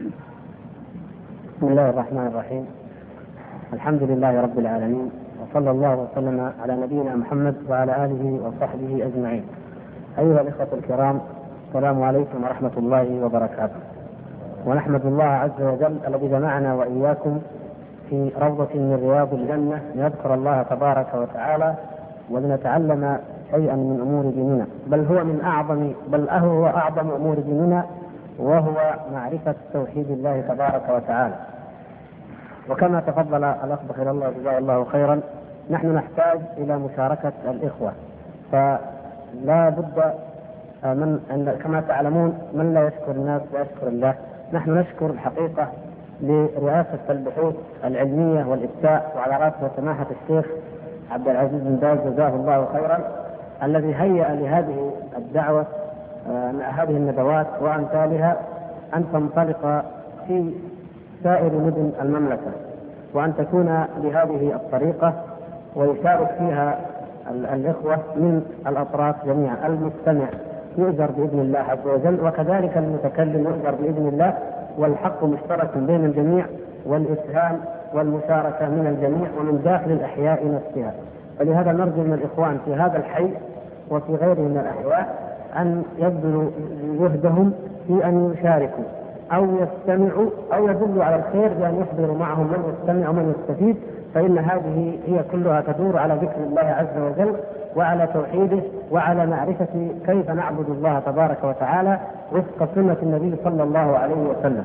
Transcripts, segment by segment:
بسم الله الرحمن الرحيم. الحمد لله رب العالمين، وصلى الله وسلم على نبينا محمد وعلى آله وصحبه أجمعين. أيها الإخوة الكرام، السلام عليكم ورحمة الله وبركاته. ونحمد الله عز وجل الذي جمعنا وإياكم في روضة من رياض الجنة لنذكر الله تبارك وتعالى ولنتعلم شيئا من أمور ديننا، بل هو أعظم أمور ديننا، وهو معرفة توحيد الله تبارك وتعالى. وكما تفضل الأخ بخير الله جزاه الله خيرا، نحن نحتاج إلى مشاركة الإخوة، فلا بد كما تعلمون من لا يشكر الناس لا يشكر الله. نحن نشكر الحقيقة لرئاسة البحوث العلمية والإفتاء وعلى رأسها سماحة الشيخ عبد العزيز بن باز جزاه الله خيرا، الذي هيأ لهذه الدعوة هذه الندوات وأمثالها أن تنطلق في سائر مدن المملكة، وأن تكون بهذه الطريقة ويشارك فيها الإخوة من الأطراف جميعا. المستمع يؤجر بإذن الله عز وجل، وكذلك المتكلم يؤجر بإذن الله، والحق مشترك بين الجميع، والإسهام والمشاركة من الجميع ومن داخل الأحياء نفسها. فلهذا نرجو من الإخوان في هذا الحي وفي غيره من الأحياء أن يبذلوا جهدهم في أن يشاركوا أو يستمعوا أو يدلوا على الخير بأن يحضروا معهم من يستمع ومن يستفيد، فإن هذه هي كلها تدور على ذكر الله عز وجل وعلى توحيده وعلى معرفة كيف نعبد الله تبارك وتعالى وفق سنة النبي صلى الله عليه وسلم.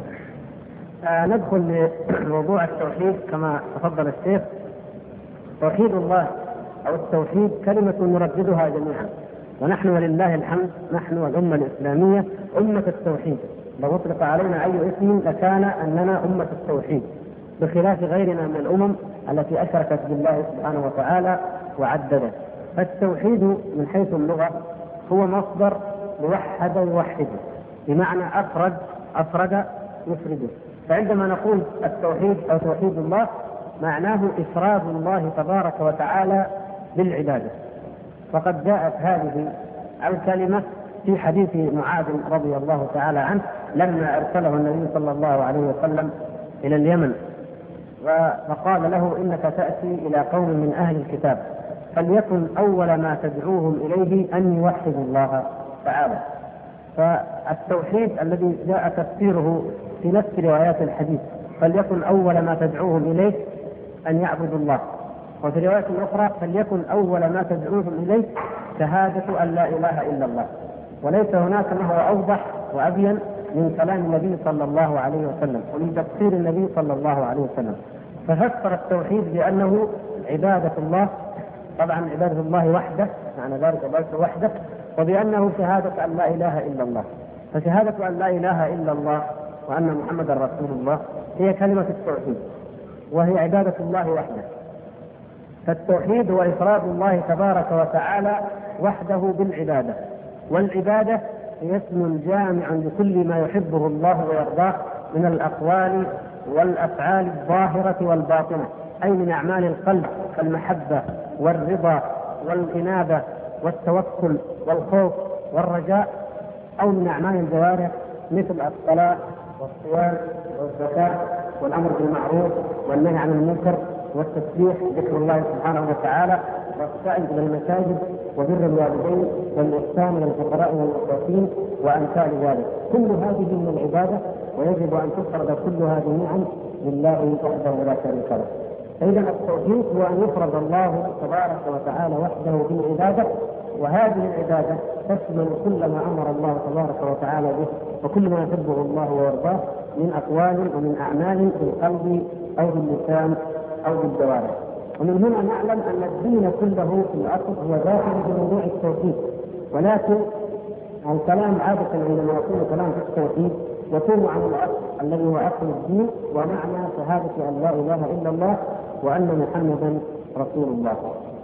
ندخل لموضوع التوحيد كما تفضل الشيخ. توحيد الله أو التوحيد كلمة نرددها جميعا، ونحن ولله الحمد نحن والأمة الإسلامية أمة التوحيد. لو أطلق علينا أي اسم لكان أننا أمة التوحيد، بخلاف غيرنا من الأمم التي أشركت بالله سبحانه وتعالى وعدده. فالتوحيد من حيث اللغة هو مصدر وحد يوحده، بمعنى أفرد يفرده. فعندما نقول التوحيد أو توحيد الله معناه إفراد الله تبارك وتعالى بالعبادة. فقد جاءت هذه الكلمة في حديث معاذ رضي الله تعالى عنه لما أرسله النبي صلى الله عليه وسلم إلى اليمن، فقال له: إنك تأتي إلى قوم من أهل الكتاب، فليكن أول ما تدعوهم إليه أن يوحدوا الله تعالى. فالتوحيد الذي جاء تفسيره في نفس روايات الحديث فليكن أول ما تدعوهم إليه أن يعبدوا الله، وفي رواية أخرى فليكن أول ما تدعوهم إليه شهادة أن لا إله إلا الله. وليس هناك ما هو أوضح وأبين من كلام النبي صلى الله عليه وسلم ومن تفسير النبي صلى الله عليه وسلم. ففسر التوحيد بأنه عبادة الله، طبعا عبادة الله وحده، معنى ذلك عبادة وحده، وبأنه شهادة أن لا إله إلا الله. فشهادة أن لا إله إلا الله وأن محمدا رسول الله هي كلمة التوحيد، وهي عبادة الله وحده. فالتوحيد هو إفراد الله تبارك وتعالى وحده بالعبادة، والعبادة هي اسم جامع لكل ما يحبه الله ويرضاه من الأقوال والأفعال الظاهرة والباطنة، أي من أعمال القلب كالمحبة والرضا والإنابة والتوكل والخوف والرجاء، أو من أعمال الجوارح مثل الصلاة والصيام والزكاة والأمر بالمعروف والنهي عن المنكر والتسبيح ذكر الله سبحانه وتعالى والسعي إلى المساجد وبر الوالدين والإحسان إلى الفقراء والمساكين وأمثال ذلك. كل هذه من العبادة، ويجب أن تفرض كلها جميعا لله وحده لا شريك له. إذا التوحيد هو أن يفرض الله تبارك وتعالى وحده بالعبادة، وهذه العبادة تشمل كل ما أمر الله تبارك وتعالى به وكل ما يحبه الله ويرضاه من أقوال ومن أعمال بالقلب أو باللسان أو بالجوارح. ومن هنا نعلم أن الدين كله في الأصل هو داخل في موضوع التوحيد، ولكن الكلام عادة عندما يكون كلام في التوحيد يكون عن الأصل الذي هو أصل الدين ومعنى شهادة أن لا إله إلا الله وأن محمدا رسول الله.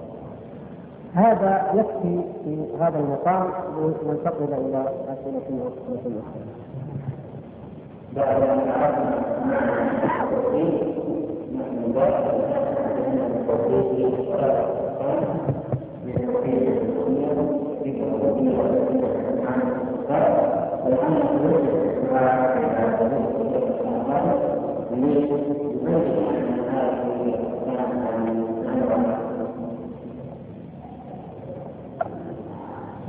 هذا يكفي في هذا المقام لننتقل إلى أسئلة وأسئلة. بعد أن عرفنا التوحيد نحن التوحيد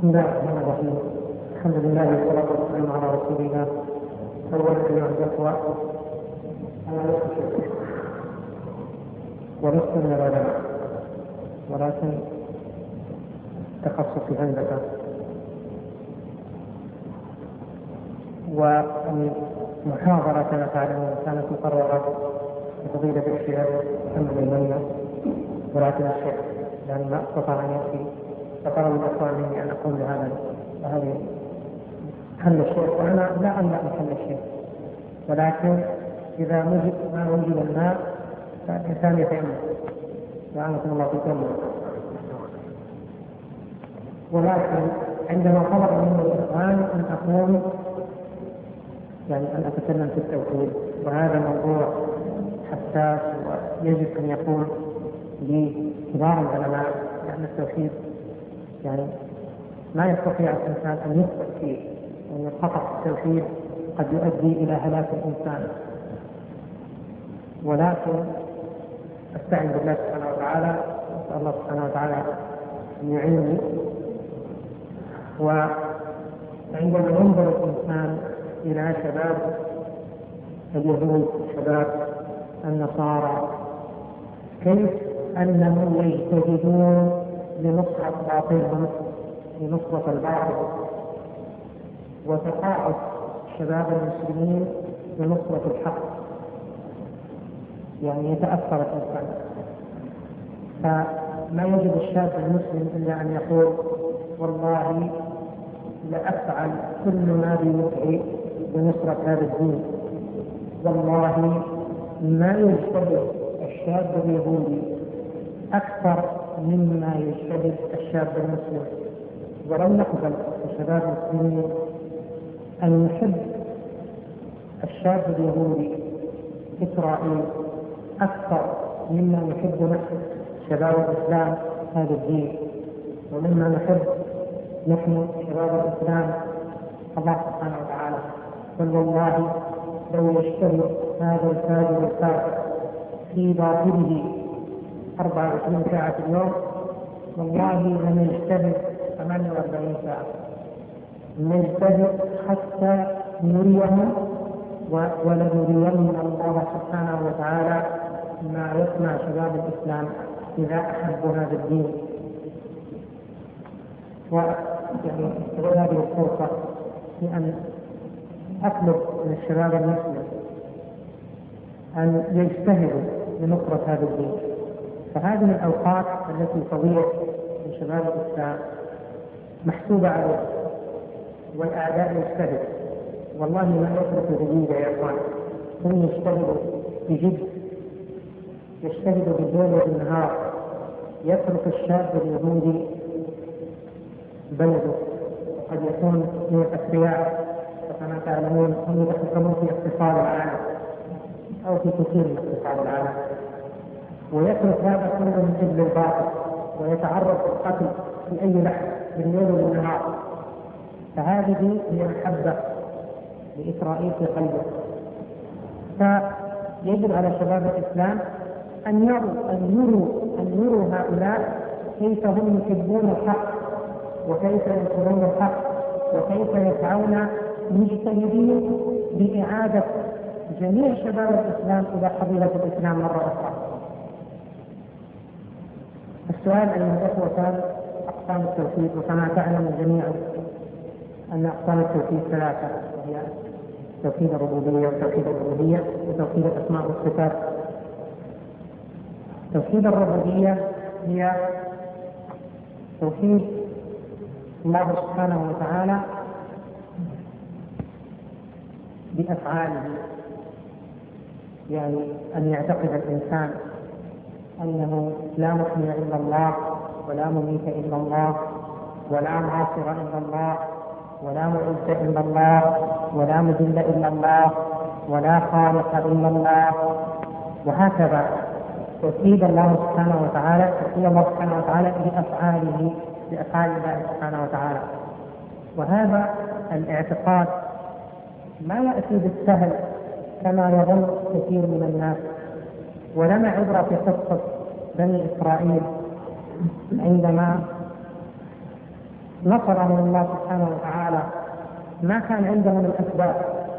بسم الله الرحمن الرحيم. الحمد لله والصلاة والسلام على رسول الله. أولا أيها الأخوة، أنا ولست من العلماء، ولكن تخصصي هندسة، والمحاضرة كما تعلمون كانت مقررة بفضيلة الشيخ محمد المنى، ولكن الشيخ يعني ما استطاع أن يأتي، فطلب الأخوان مني أن أقوم بهذه محل الشيخ، وأنا لا أملأ محل الشيخ، ولكن إذا ما وجد الماء فالإنسان يتأمل. رحمة الله فيكم. ولكن عندما طلب مني الإخوان أن أقوم يعني أن أتكلم في التوحيد، وهذا موضوع حساس ويجب أن يكون لكبار العلماء، لأن التوحيد يعني ما يستطيع الإنسان أن يثبت فيه، وأن الخطأ في التوحيد قد يؤدي إلى هلاك الإنسان. ولكن أستعين بالله سبحانه وتعالى، وأسأل الله سبحانه وتعالى أن يعينني. وعندما ينظر الإنسان إلى شباب اليهود، شباب النصارى، كيف أنهم يجتهدون لنصرة باطلهم، لنصرة الباطل، وتقاعد شباب المسلمين لنصرة الحق، يعني يتأثر الإنسان. فما يجب الشاب المسلم إلا أن يقول والله لأفعل كل ما بوسعي لنصرة هذا الدين. والله ما يجتهد الشاب اليهودي أكثر مما يجتهد الشاب المسلم. ولو نقبل الشباب المسلمين أن يحب الشاب اليهودي إسرائيل أكثر مما يحب نحن شباب الإسلام هذا الدين، ومما نحب نحن شباب الإسلام الله سبحانه وتعالى. بل والله لو يجتهد هذا الفاجر الكافر في باطله 24 ساعة في اليوم، والله لم يجتهد 48 ساعة، نجتهد حتى نريهم، ولنرين الله سبحانه وتعالى ما يصنع شباب الإسلام إذا أحبوا هذا الدين. ويعني استغل هذه الفرصة في أن أطلب من الشباب المسلم أن يجتهدوا لنصرة هذا الدين. فهذه الأوقات التي تضيع من شباب الإسلام محسوبة عليه، والأعداء يجتهد، والله ما يترك جديدة يا إخوان، هم يجتهدوا بجد، يجتهدوا بالليل وبالنهار. يترك الشاب اليهودي بلده، وقد يكون من الأثرياء، وكما تعلمون هم يتحكمون في اقتصاد العالم أو في كثير من اقتصاد العالم، ويترك هذا كله من أجل الباطل، ويتعرض للقتل في أي لحظة بالليل والنهار. فهذه هي محبة لإسرائيل في قلبه. فيجب على شباب الإسلام أن يروا هؤلاء كيف هم يحبون الحق، وكيف ينصرون الحق، وكيف يسعون مجتهدين بإعادة جميع شباب الإسلام إلى حظيرة الإسلام مرة أخرى. السؤال أيها الأخوة كان أقسام التوحيد، وكما تعلم جميعا أن أقسام التوحيد ثلاثة، وهي توحيد الربوبية، وتوحيد الألوهية، وتوحيد الأسماء والصفات. توحيد الربوبية هي توحيد الله سبحانه وتعالى بأفعاله، يعني أن يعتقد الإنسان أنه لا محيي إلا الله، ولا مميت إلا الله، ولا ناصر إلا الله، ولا معز إلا الله، ولا مذل إلا الله، ولا خالق إلا الله، وهكذا. توحيد الله سبحانه وتعالى، توحيد الله سبحانه وتعالى بأفعاله، بأفعال الله سبحانه وتعالى. وهذا الاعتقاد ما يأتي بالسهل كما يظن كثير من الناس. ولنا عبرة في قصة بني إسرائيل عندما نصرهم الله سبحانه وتعالى ما كان عندهم الأسباب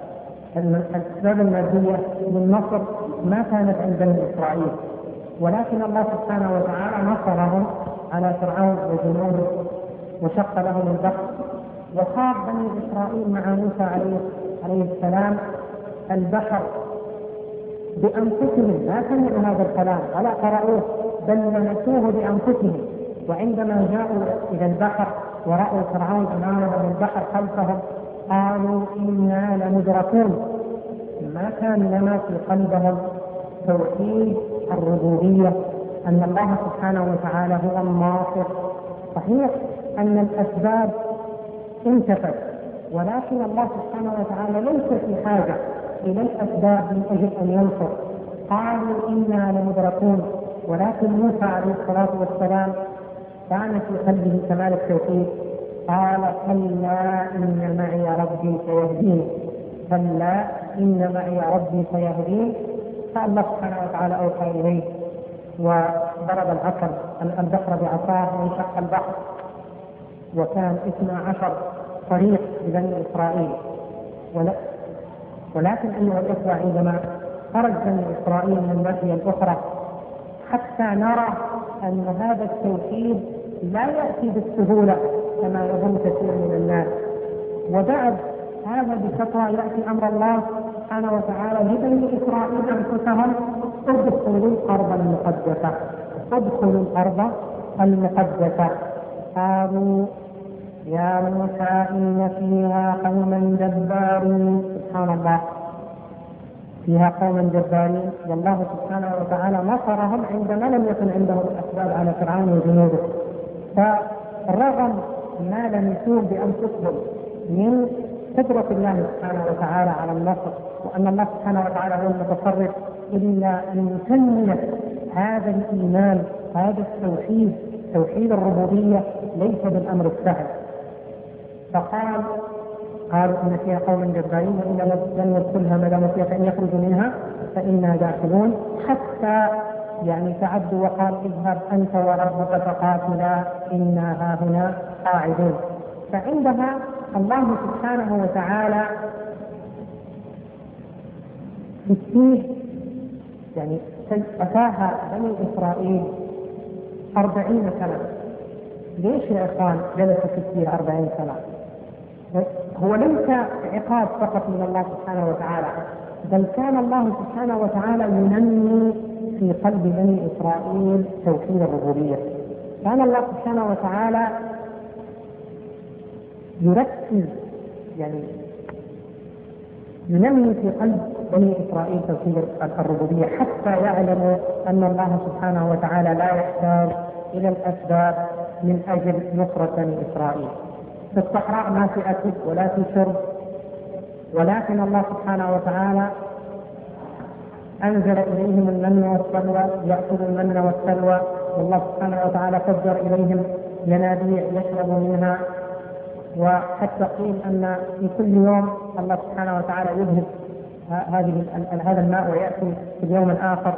المادية للنصر، ما كانت عند بني إسرائيل، ولكن الله سبحانه وتعالى نصرهم على فرعون وجنوده وشق لهم البحر. وخاض بني إسرائيل مع موسى عليه السلام البحر بأنفسهم، لا سمعوا هذا الكلام ولا قرأوه بل لمسوه بأنفسهم. وعندما جاءوا إلى البحر ورأوا فرعون أمامهم والبحر خلفهم قالوا إنا لمدركون. ما كان لنا في قلبهم توحيد الربوبية، أن الله سبحانه وتعالى هو الناصر. صحيح أن الأسباب انتفت، ولكن الله سبحانه وتعالى ليس في حاجة إلى الأسباب من أجل أن ينصر. قالوا إنا لمدركون، ولكن موسى عليه الصلاة والسلام كان في قلبه كمال التوحيد، قال كلا إن معي ربي سيهدين، كلا إن معي ربي سيهدين. فالله سبحانه وتعالى أوحى إليه وضرب البحر بعصاه وانشق البحر، وكان 12 طريق لبني إسرائيل. ولكن أيها الإخوة، عندما خرج بني إسرائيل من الناحية الأخرى حتى نرى أن هذا التوحيد لا يأتي بالسهولة كما يظن كثير من الناس. وبعد هذا بفترة يأتي أمر الله سبحانه وتعالى لبني إسرائيل أنفسهم: ادخلوا الأرض المقدسة، ادخلوا الأرض المقدسة. قالوا يا موسى إن فيها قوما جبارين. سبحان الله، فيها قوما جبارين. والله سبحانه وتعالى نصرهم عندما لم يكن عندهم الأسباب على فرعون وجنوده. فرغم ما لمسوه بأنفسهم من قدرة الله سبحانه وتعالى على النصر، وأن الله سبحانه وتعالى هو المتصرف، إلا أن تنمية هذا الإيمان، هذا التوحيد، توحيد الربوبية، ليس بالأمر السهل. قالوا إن فيها قوما جبارين وإن لن ندخلها ما داموا فيها فإن يخرجوا منها فإنا داخلون. حتى تعدوا وقال اذهب أنت وربك فقاتلا إنا هاهنا قاعدون. فعندها الله سبحانه وتعالى فيه أتاها بني إسرائيل 40 سنة. ليش يا إخوان جلست فيه 40 سنة؟ هو ليس عقاب فقط من الله سبحانه وتعالى، بل كان الله سبحانه وتعالى ينمي في قلب بني إسرائيل توحيد الربوبية. كان الله سبحانه وتعالى يركز ينمي في قلب بني إسرائيل توحيد الربوبية، حتى يعلموا أن الله سبحانه وتعالى لا يحتاج إلى الأسباب من أجل نصرة بني إسرائيل. في الصحراء ما في أكل ولا في شرب، ولكن الله سبحانه وتعالى أنزل إليهم المن والسلوى، يأكلوا المن والسلوى، والله سبحانه وتعالى فجر إليهم ينابيع يشربوا منها. وحتى قيل أن في كل يوم الله سبحانه وتعالى يذهب هذا الماء ويأتي في اليوم الآخر،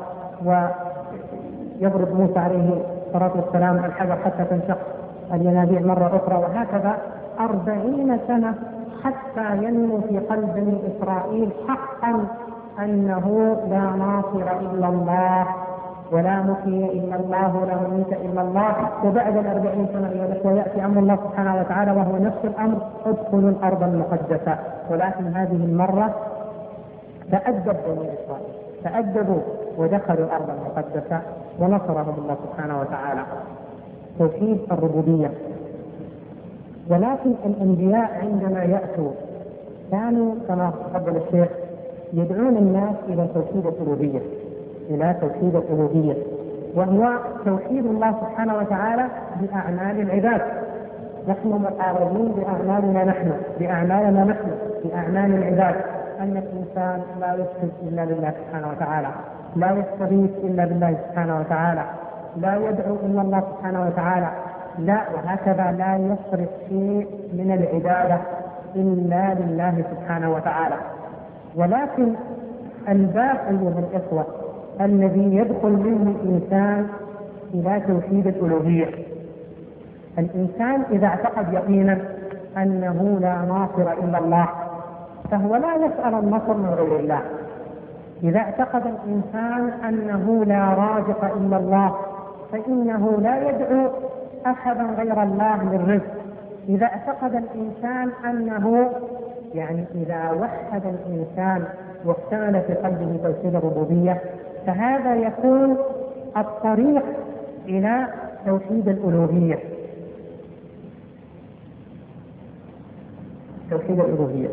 ويضرب موسى عليه الصلاة والسلام الحجر حتى تنشق الينابيع مرة أخرى، وهكذا 40 سنة حتى ينمو في قلب بني إسرائيل حقا أنه لا ناصر إلا الله ولا محيي إلا الله ولا مميت إلا الله. وبعد 40 سنة يأتي أمر الله سبحانه وتعالى وهو نفس الأمر: ادخلوا الأرض المقدسة. ولكن هذه المرة تأدب بني إسرائيل، تأدبوا ودخلوا الأرض المقدسة ونصرهم الله سبحانه وتعالى. توحيد الربوبية. ولكن الأنبياء عندما يأتوا كانوا كما تفضل الشيخ يدعون الناس إلى توحيد الألوهية، إلى توحيد الألوهية، وهو توحيد الله سبحانه وتعالى بأعمال العباد. نحن مطالبين بأعمالنا نحن، بأعمالنا نحن، بأعمال العباد. أن الإنسان لا يسجد إلا لله سبحانه وتعالى، لا يستغيث إلا بالله سبحانه وتعالى، لا يدعو إلا الله سبحانه وتعالى، لا، وهكذا لا يصرف شيء من العبادة إلا لله سبحانه وتعالى. ولكن الباب أيها الإخوة الذي يدخل منه الإنسان إلى توحيد الألوهية الإنسان إذا اعتقد يقينا أنه لا ناصر إلا الله فهو لا يسأل النصر من غير الله. إذا اعتقد الإنسان أنه لا رازق إلا الله فإنه لا يدعو أحدا غير الله للرزق. إذا اعتقد الإنسان أنه إذا وحد الإنسان واكتمل في قلبه توحيد الربوبية فهذا يكون الطريق إلى توحيد الألوهية. توحيد الألوهية.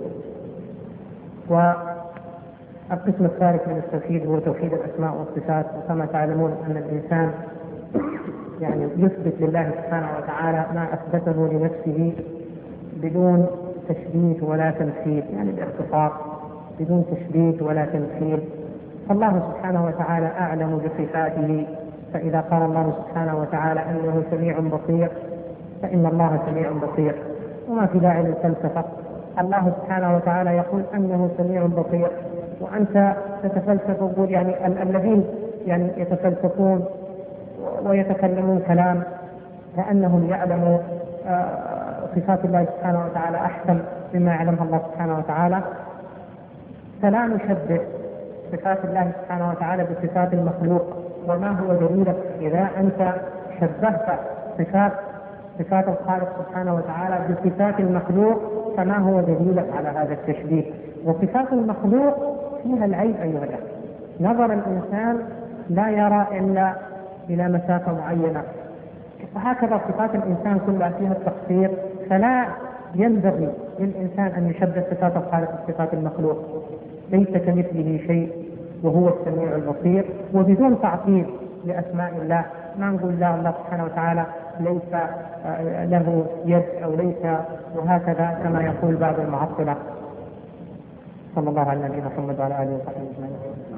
والقسم الثالث من التوحيد هو توحيد الأسماء والصفات. وكما تعلمون أن الإنسان يثبت لله سبحانه وتعالى ما أثبته لنفسه بدون تشبيه ولا تمثيل، باختصار بدون تشبيه ولا تمثيل. فالله سبحانه وتعالى أعلم بصفاته، فإذا قال الله سبحانه وتعالى أنه سميع بصير فإن الله سميع بصير، وما في داعي للفلسفة. الله سبحانه وتعالى يقول أنه سميع بصير وأنت تتفلسف وتقول الذين يتفلسفون ويتكلمون كلام كأنهم يعلموا صفات الله سبحانه وتعالى أحسن مما يعلمها الله سبحانه وتعالى. فلا نشبه صفات الله سبحانه وتعالى بصفات المخلوق. وما هو دليلك إذا أنت شبهت صفات الخالق سبحانه وتعالى بصفات المخلوق؟ فما هو دليلك على هذا التشبيه؟ وصفات المخلوق فيها العيب أيها الأخوة. نظر الإنسان لا يرى إلا إلى مسافة معينة، وهكذا صفات الإنسان كلها فيها التقصير. فلا ينبغي للإنسان أن يشبه صفات الخالق بصفات المخلوق. ليس كمثله شيء وهو السميع البصير. وبدون تعطيل لأسماء الله، ما نقول لا الله سبحانه وتعالى ليس له يد أو ليس وهكذا كما يقول بعض المعطلة. صلى الله على نبينا محمد وعلى آله وصحبه أجمعين.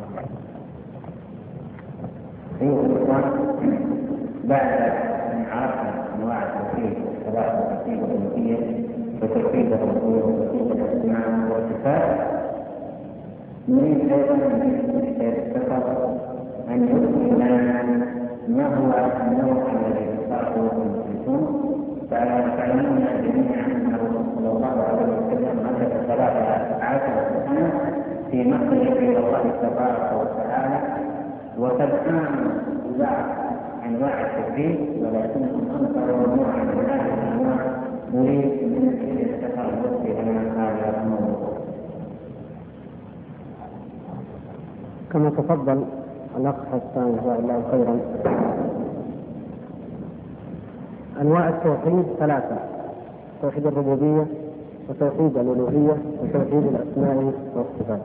بعد أن عرفنا أنواع التوحيد والصلاة والتوحيد والألوهية وتوحيد الرسول وتوحيد الأسماء والصفات، نريد أيضا من الفقه أن يبين لنا ما هو النوع الذي يصاحبه المشركون. فعلمنا جميعا أن الرسول صلى الله عليه وسلم مكث 13 سنة في مكة إلى الله تبارك وتعالى، وقد آمنوا ببعض أنواع التوحيد ولكنهم أنكروا نوعا من هذه الأنواع. نريد من التفرد في هذا الموضوع. كما تفضل الأخ حسان جزاه الله خيرا. أنواع التوحيد 3: توحيد الربوبية وتوحيد الألوهية وتوحيد الأسماء والصفات.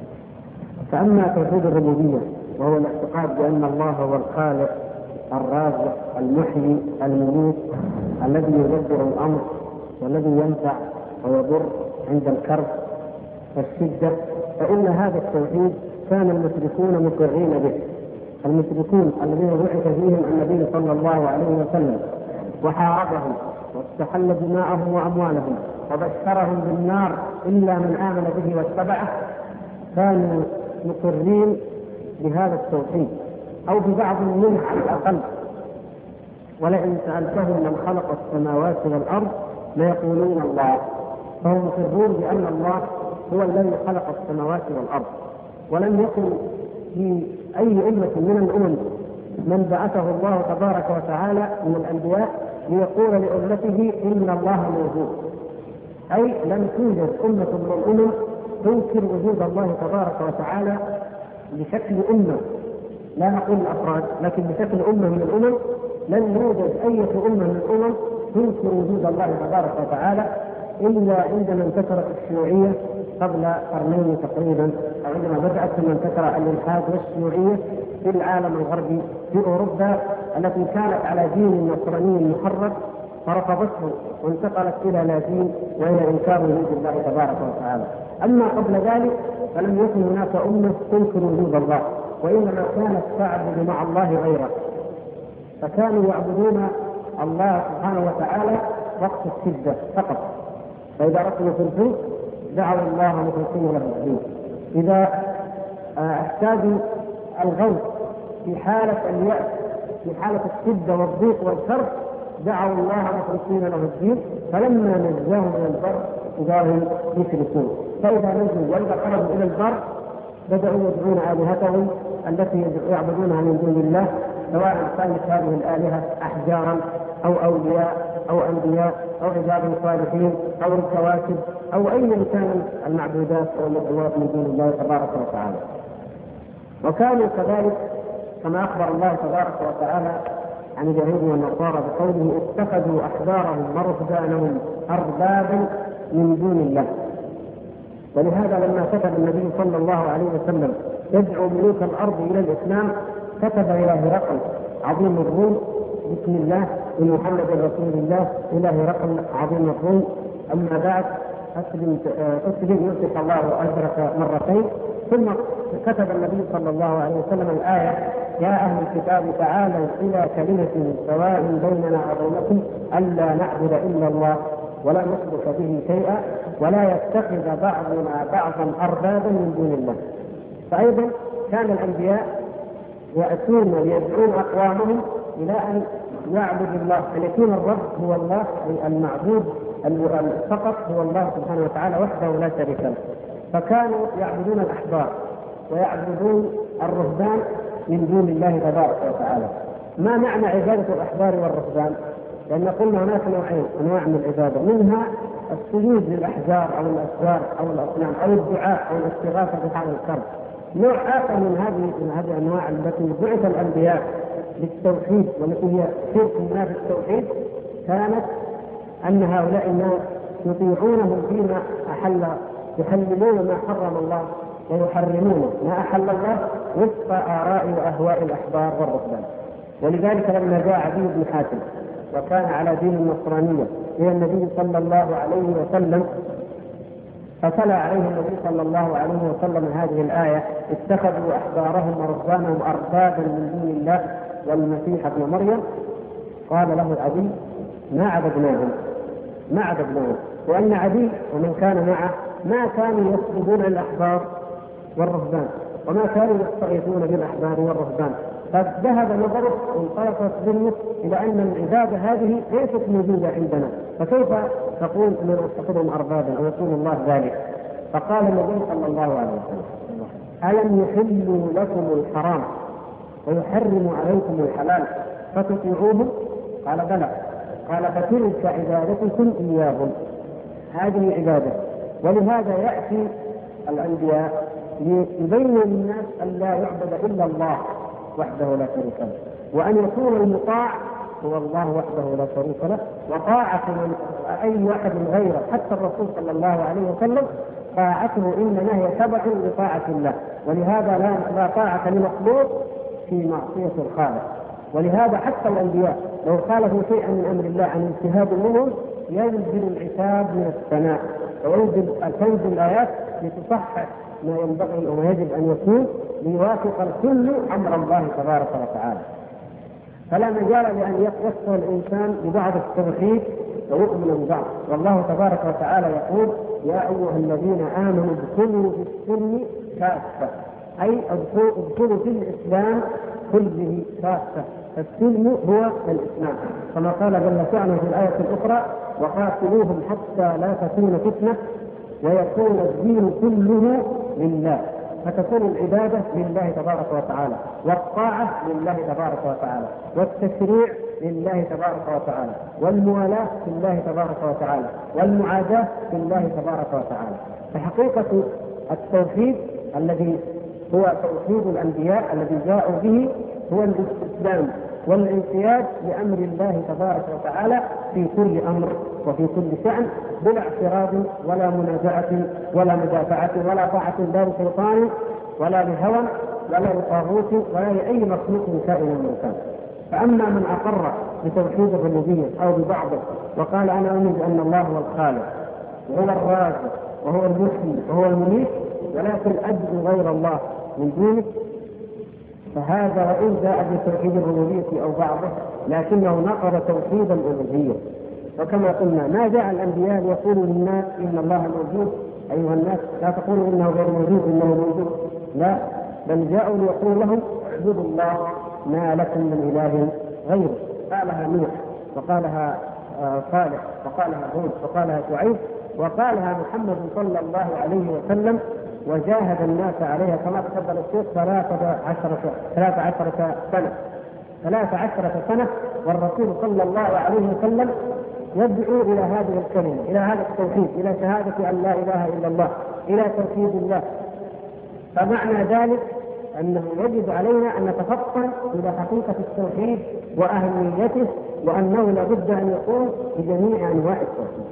فأما توحيد الربوبية وهو الاعتقاد بأن الله هو الخالق الرازق المحيي المميت الذي يدبر الأمر والذي ينفع ويضر عند الكرب والشدة، فإن هذا التوحيد كان المشركون مقرين به. المشركون الذين بعث فيهم النبي صلى الله عليه وسلم وحاربهم واستحل دماءهم وأموالهم وبشرهم بالنار إلا من آمن به واتبعه، كانوا مقرين بهذا التوحيد أو ببعض منه على الأقل. ولئن سألتهم من خلق السماوات والأرض ليقولون الله. فهم مقرون بأن الله هو الذي خلق السماوات والأرض. ولم يكن في أي أمة من الأمم من بعثه الله تبارك وتعالى من الأنبياء ليقول لأمته إن الله موجود. أي لم توجد أمة من الأمم تنكر وجود الله تبارك وتعالى بشكل أمة، لا نقول الأفراد لكن بشكل أمة من الأمم. لن يوجد أي أمة من الأمم تنكر وجود الله تبارك وتعالى إلا عندما انتشرت الشيوعية قبل قرنين تقريبا، أو عندما بدأت ثم انتشر الإلحاد والشيوعية في العالم الغربي في أوروبا التي كانت على دين نصراني محرف فرفضته وانتقلت إلى لا دين وإلى إنكار وجود الله تبارك وتعالى. أما قبل ذلك فلم يكن هناك أمة تنكر وجود الله، وإنما كانت تعبد مع الله غيره. فكانوا يعبدون الله سبحانه وتعالى وقت الشدة فقط، فإذا ركبوا في الفلك دعوا الله مخلصين له الدين. إذا احتاجوا الغوث في حالة اليأس في حالة الشدة والضيق والكرب دعوا الله مخلصين له الدين، فلما نجاهم الى البر اذا هم يشركون. فاذا نجوا واذا خرجوا الى البر بداوا يدعون الهتهم التي يعبدونها من دون الله، سواء كانت هذه الالهه احجارا او اولياء او انبياء او عباد صالحين او الكواكب او ايا كان المعبودات او المدعوات من دون الله تبارك وتعالى. وكانوا كذلك كما اخبر الله تبارك وتعالى عن اليهود والنصارى بقوله اتخذوا احبارهم ورهبانهم اربابا من دون الله. ولهذا لما كتب النبي صلى الله عليه وسلم يدعو ملوك الارض الى الاسلام كتب الى هرقل عظيم الروم بسم الله من محمد رسول الله الى هرقل عظيم الروم اما بعد اسلم يؤتك الله اجرك مرتين. ثم كتب النبي صلى الله عليه وسلم الايه يا اهل الكتاب تعالوا الى كلمه سواء بيننا وبينكم الا نعبد الا الله ولا نشرك به شيئا ولا يتخذ بعضنا بعضا اربابا من دون الله. فايضا كان الانبياء ياتون ويدعون اقوامهم الى ان يعبد الله، ان يكون الرب هو الله اي المعبود فقط هو الله سبحانه وتعالى وحده لا شريك له. فكانوا يعبدون الاحبار ويعبدون الرهبان من دون الله تبارك وتعالى. ما معنى عباده الاحبار والرهبان؟ لان قلنا هناك نوعين انواع من العباده، منها السجود للاحجار او الاشجار او الاصنام او الدعاء او الاستغاثه بحال الكرب. نوع اخر من هذه الانواع التي بعث الانبياء للتوحيد والتي هي شرك ما في التوحيد كانت ان هؤلاء الناس يطيعونهم فيما يحللون ما حرم الله ويحرمون ما احل الله وفق اراء واهواء الاحبار والرهبان. ولذلك لما جاء عدي بن حاتم وكان على دين النصرانيه الى النبي صلى الله عليه وسلم فتلا عليه النبي صلى الله عليه وسلم هذه الايه اتخذوا احبارهم ورهبانهم اربابا من دون الله والمسيح ابن مريم، قال له عدي ما عبدناهم. وان عدي ومن كان معه ما كانوا يسجدون للاحبار والرهبان وما كانوا يستغيثون بالاحبار والرهبان، فذهب نظره وانطلقت ذهنه الى ان العباده هذه ليست موجوده عندنا، فكيف تقول ان نتخذهم اربابا ويكون الله ذلك؟ فقال النبي صلى الله عليه وسلم الم يحلوا لكم الحرام ويحرم عليكم الحلال فتطيعوهم؟ قال بلى. قال فتلك عبادتكم اياهم، هذه عباده. ولهذا ياتي الانبياء ليبين للناس ان لا يعبد الا الله وحده لا شريك له، وان يكون المطاع هو الله وحده لا شريك له، وطاعه من اي واحد غيره حتى الرسول صلى الله عليه وسلم طاعته انما هي تبع لطاعه الله. ولهذا لا طاعه لمخلوق في معصيه الخالق. ولهذا حتى الانبياء لو خالفوا شيئا من امر الله عن اجتهاد منهم ينزل العتاب من السماء وتنزل الايات لتصحح ما ينبغي وما يجب ان يكون ليوافق الكل امر الله تبارك وتعالى. فلا مجال لان يقصر الانسان ببعض التوحيد ويؤمن ببعض. والله تبارك وتعالى يقول يا ايها الذين امنوا ادخلوا في السلم كافه، اي ادخلوا في الاسلام كله كافه. السلم هو الاسلام كما قال جل شأنه في الايه الاخرى وقاتلوهم حتى لا تكون فتنه ويكون الدين كله لله. فتكون العبادة لله تبارك وتعالى، والطاعة لله تبارك وتعالى، والتشريع لله تبارك وتعالى، والموالاة لله تبارك وتعالى، والمعاداة لله تبارك وتعالى. فحقيقة التوحيد الذي هو توحيد الأنبياء الذي جاءوا به هو الاستسلام والانقياد لأمر الله تبارك وتعالى في كل أمر وفي كل شأن بلا اعتراض ولا منازعة ولا مدافعة ولا طاعة لا لشيطان ولا لهوى ولا لطاغوت ولا لأي مخلوق كائن من كان. فأما من أقر بتوحيد الربوبية أو ببعضه وقال أنا أؤمن بأن الله هو الخالق وهو الرازق وهو المحيي وهو المميت ولكن أدعو غير الله من دونه، فهذا وإن جاء بتوحيد الربوبية أو بعضه لكنه نقض توحيد الألوهية. وكما قلنا ما جاء الأنبياء ليقولوا للناس إن الله موجود، أيها الناس لا تقولوا إنه غير موجود إنه موجود، لا، بل جاءوا ليقولوا لهم اعبدوا الله ما لكم من إله غيره. قالها نوح وقالها صالح، وقالها هود، وقالها شعيب، وقالها محمد صلى الله عليه وسلم، وجاهد الناس عليها كما تفضل الشيخ 13 سنة، والرسول صلى الله عليه وسلم يدعو إلى هذه الكلمة، إلى هذا التوحيد، إلى شهادة أن لا إله إلا الله، إلى توحيد الله. فمعنى ذلك أنه يجب علينا أن نتفطن إلى حقيقة التوحيد وأهميته، وأنه لابد أن يكون بجميع أنواع التوحيد،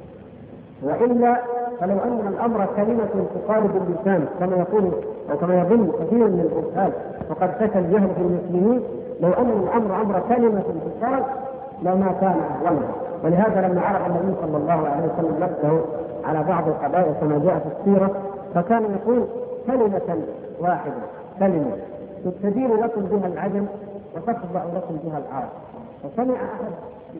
وإلا فلو أن الأمر كلمة تقال باللسان كما يقول أو كما يظن كثير من الجهال وقد فشى الجهل في المسلمين، لو أن الأمر أمر كلمة تقال لما كان أهونها. ولهذا لما عرض النبي صلى الله عليه وسلم نفسه على بعض القبائل كما جاء في السيرة، فكان يقول كلمة واحدة، كلمة تستدير لكم بها العجم وتخضع لكم بها العرب. فسمع أحد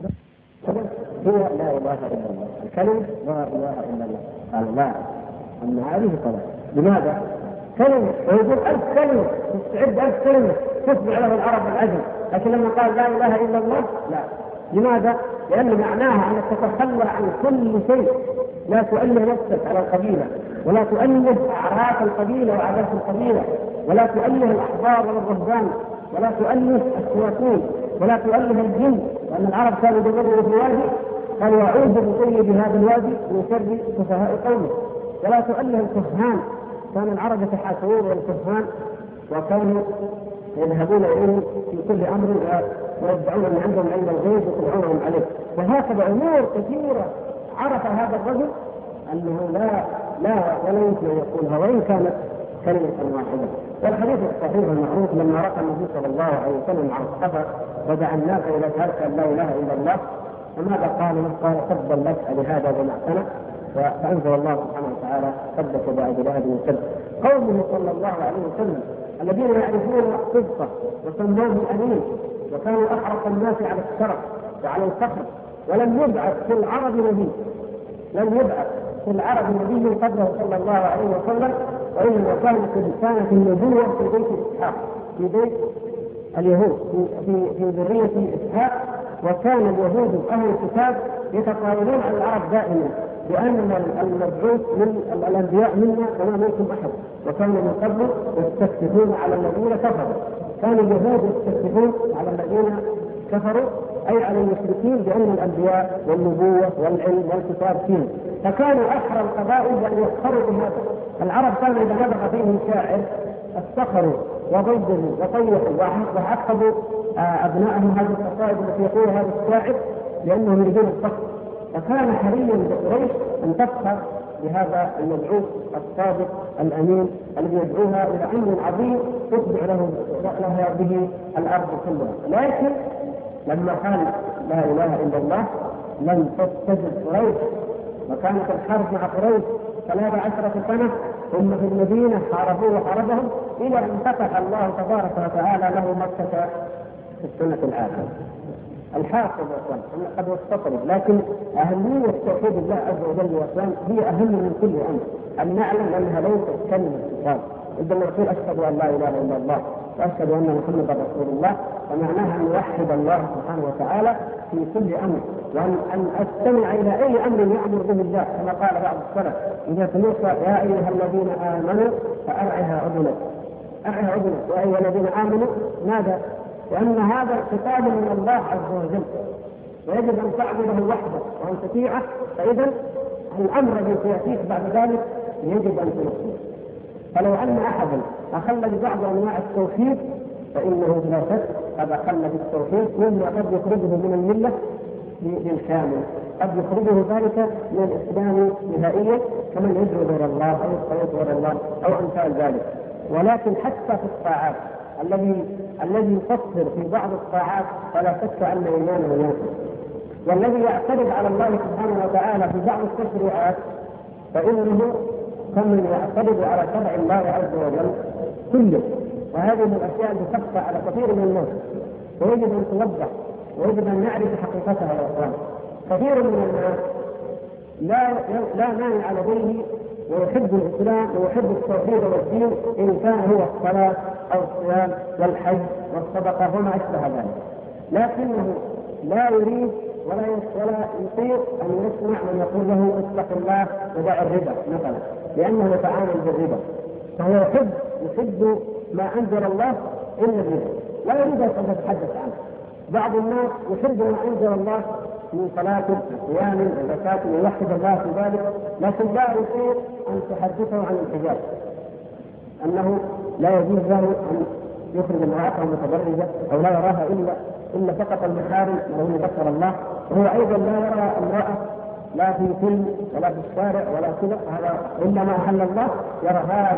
هي لا إله إلا الله، الكلمة لا إله إلا الله. قال لا، أن هذه صلاة. لماذا؟ كلمة، ويقول 1000 كلمة، تستعد 1000 كلمة تتبع له العرب والعجم، لكن لما قال لا إله إلا الله لا. لماذا؟ لأن معناها أنك تتخلى عن كل شيء، لا تؤله نفسك على القبيلة، ولا تؤله أعراف القبيلة وعادات القبيلة، ولا تؤله الأحبار ولا الرهبان، ولا تؤله الشياطين، ولا تؤله الجن، لأن العرب كانوا يمروا في وادي قالوا أعوذ بطيب هذا الوادي من شر سفهاء قومه، ولا تؤله الكهان، كان العرب يتحاكمون إلى الكهان وكانوا يذهبون إليهم في كل أمر ويدعون أن عندهم علم الغيب ويطلعونهم عليه. وهكذا أمور كثيرة عرف هذا الرجل أنه ولا يمكن أن يقولها وإن كانت كلمة واحدة. والحديث الصحيح المعروف لما رأى النبي صلى الله عليه وسلم على الصفا ودعا الناس إلى شهادة أن لا إله إلا الله، فماذا قال تفضل لك لهذا جمعتنا، فأنزل الله سبحانه وتعالى ثبت يدا أبي لهب وتب. قومه صلى الله عليه وسلم الذين يعرفون صدقه وسموه الأمين، وكانوا أحرص الناس على الشرف وعلى الفخر، ولم يبعث في العرب نبي، لم يبعث في العرب نبي قبله صلى الله عليه وسلم، وإنما كانت النبوة في بيت إسحاق، في بيت اليهود، في ذرية إسحاق. وكان اليهود أهل الكتاب يتقاولون على العرب دائما بأن المبعوث من الأنبياء منا وما منكم أحد، وكانوا من قبل يستفتحون على الذين كفروا. كان اليهود يستفتحون على الذين كفروا أي على المشركين بأن الأنبياء والنبوة والعلم والكتاب فيهم، فكانوا أحرى القبائل بأن يفخروا بهذا. العرب كانوا إذا نبغى فيهم شاعر افتخروا وضجروا وطيحوا وعقبوا أبنائهم هذه القصائد التي يقول هذا الشاعر لأنهم يريدون الفخر. فكان حريا بقريش أن تفخر بهذا المبعوث الصادق الأمين الذي يدعوها إلى أمر عظيم تتبع له به الأرض كلها. لكن لما قال لا إله إلا الله لم تستجب قريش، وكانت الحرب مع قريش 13 سنة، ثم في المدينة حاربوه وحاربهم إلى أن فتح الله تبارك وتعالى له مكة في السنة الآخرة. الحاصل قد يستطرد، لكن أهمية توحيد الله عز وجل وإسلام هي أهم من كل أمر. أن نعلم أنها ليست كلمة كتاب، عندما نقول أشهد أن لا إله إلا الله وأشهد أن محمدا رسول الله، فمعناها أن نوحد الله سبحانه وتعالى في كل أمر، وأن أستمع إلى أي أمر يأمر به الله، كما قال بعض السلف إذا سمعت يا أيها الذين آمنوا فأرعها أذنك، أرعها أذنك يا أيها الذين آمنوا. ماذا؟ لأن هذا خطاب من الله عز وجل، ويجب أن تعبده وحده وأن تطيعه. فإذا الأمر الذي سيأتيك بعد ذلك يجب أن تنفذه. فلو أن أحدا أخل ببعض أنواع التوحيد فإنه بلا شك قد أخل بالتوحيد، مما قد يخرجه من الملة بالكامل، قد يخرجه ذلك من الإسلام نهائيا كمن يدعو غير الله أو يستغيث غير الله أو أمثال ذلك. ولكن حتى في الطاعات الذي يقصر في بعض الطاعات فلا شك أن إيمانه ينقص، والذي يعترض على الله سبحانه وتعالى في بعض التشريعات فإنه كمن يعترض على شرع الله عز وجل كله. وهذه من الأشياء التي تخفى على كثير من الناس، ويجب أن توضح ويجب أن نعرف حقيقتها يا إخوان. كثير من الناس لا مانع لديه ويحب الإسلام ويحب التوحيد والدين إن كان هو الصلاة أو الصيام والحج والصدقة وما أشبه ذلك، لكنه لا يريد ولا يطيق ان يسمع من يقول له اتق الله ودع الربا مثلا، لانه يتعامل بالربا، فهو يحب ما انزل الله الا الربا، لا يريد ان يتحدث عنه. بعض الناس يحب ما انزل الله من صلاة وصيام وزكاة ويوحد الله في ذلك، لكن لا يطيق ان تحدثه عن الحجاب، انه لا يجوز له ان يخرج امرأته متبرجة او لا يراها الا فقط المحارم وهو ذكر الله، وهو ايضا لا يرى امرأة لا في فيلم ولا في الشارع ولا كذا، هذا الا ما احل الله، يرى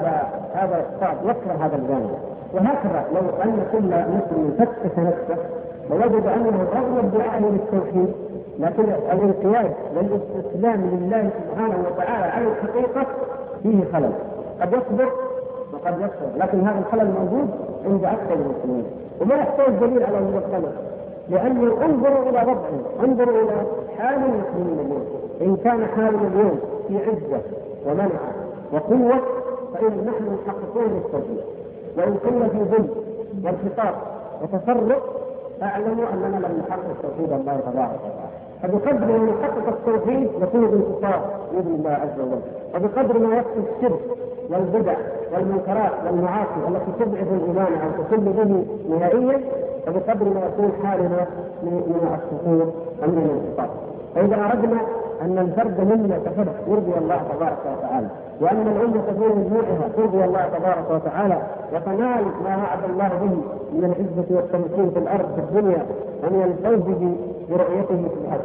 هذا صعب، يكره هذا الجانب. وهكذا لو ان كل مسلم فتش نفسه ووجد انه رغم ادعائه للتوحيد لكن الانقياد والاستسلام لله سبحانه وتعالى على الحقيقه فيه خلل، قد يصبر وقد يكفر، لكن هذا الخلل موجود عند اكثر المسلمين، وما يحتاج دليل على وجود الخلل، لأنه انظروا إلى وضعهم، انظروا إلى حال المسلمين اليوم. إن كان حالنا اليوم في عزة ومنعة وقوة فإن نحن محققون للتوحيد، وإن كنا في ظلم وانحطاط وتفرق فاعلموا أننا لم نحقق توحيد الله تبارك وتعالى. فبقدر ما نحقق التوحيد نكون بانتصار بإذن الله عز وجل، وبقدر ما يكفي الشرك والبدع والمنكرات والمعاصي التي تضعف الإيمان أو تسل به نهائيا، وبقدر ما يكون حالنا من السقوط ومن الانتصار. فإذا أردنا أن الفرد منا كفرد يرضي الله تبارك وتعالى، وأن الأمة في مجموعها ترضي الله تبارك وتعالى وتنال ما وعد الله به من العزة والتمكين في الأرض في الدنيا ومن الفوز برؤيته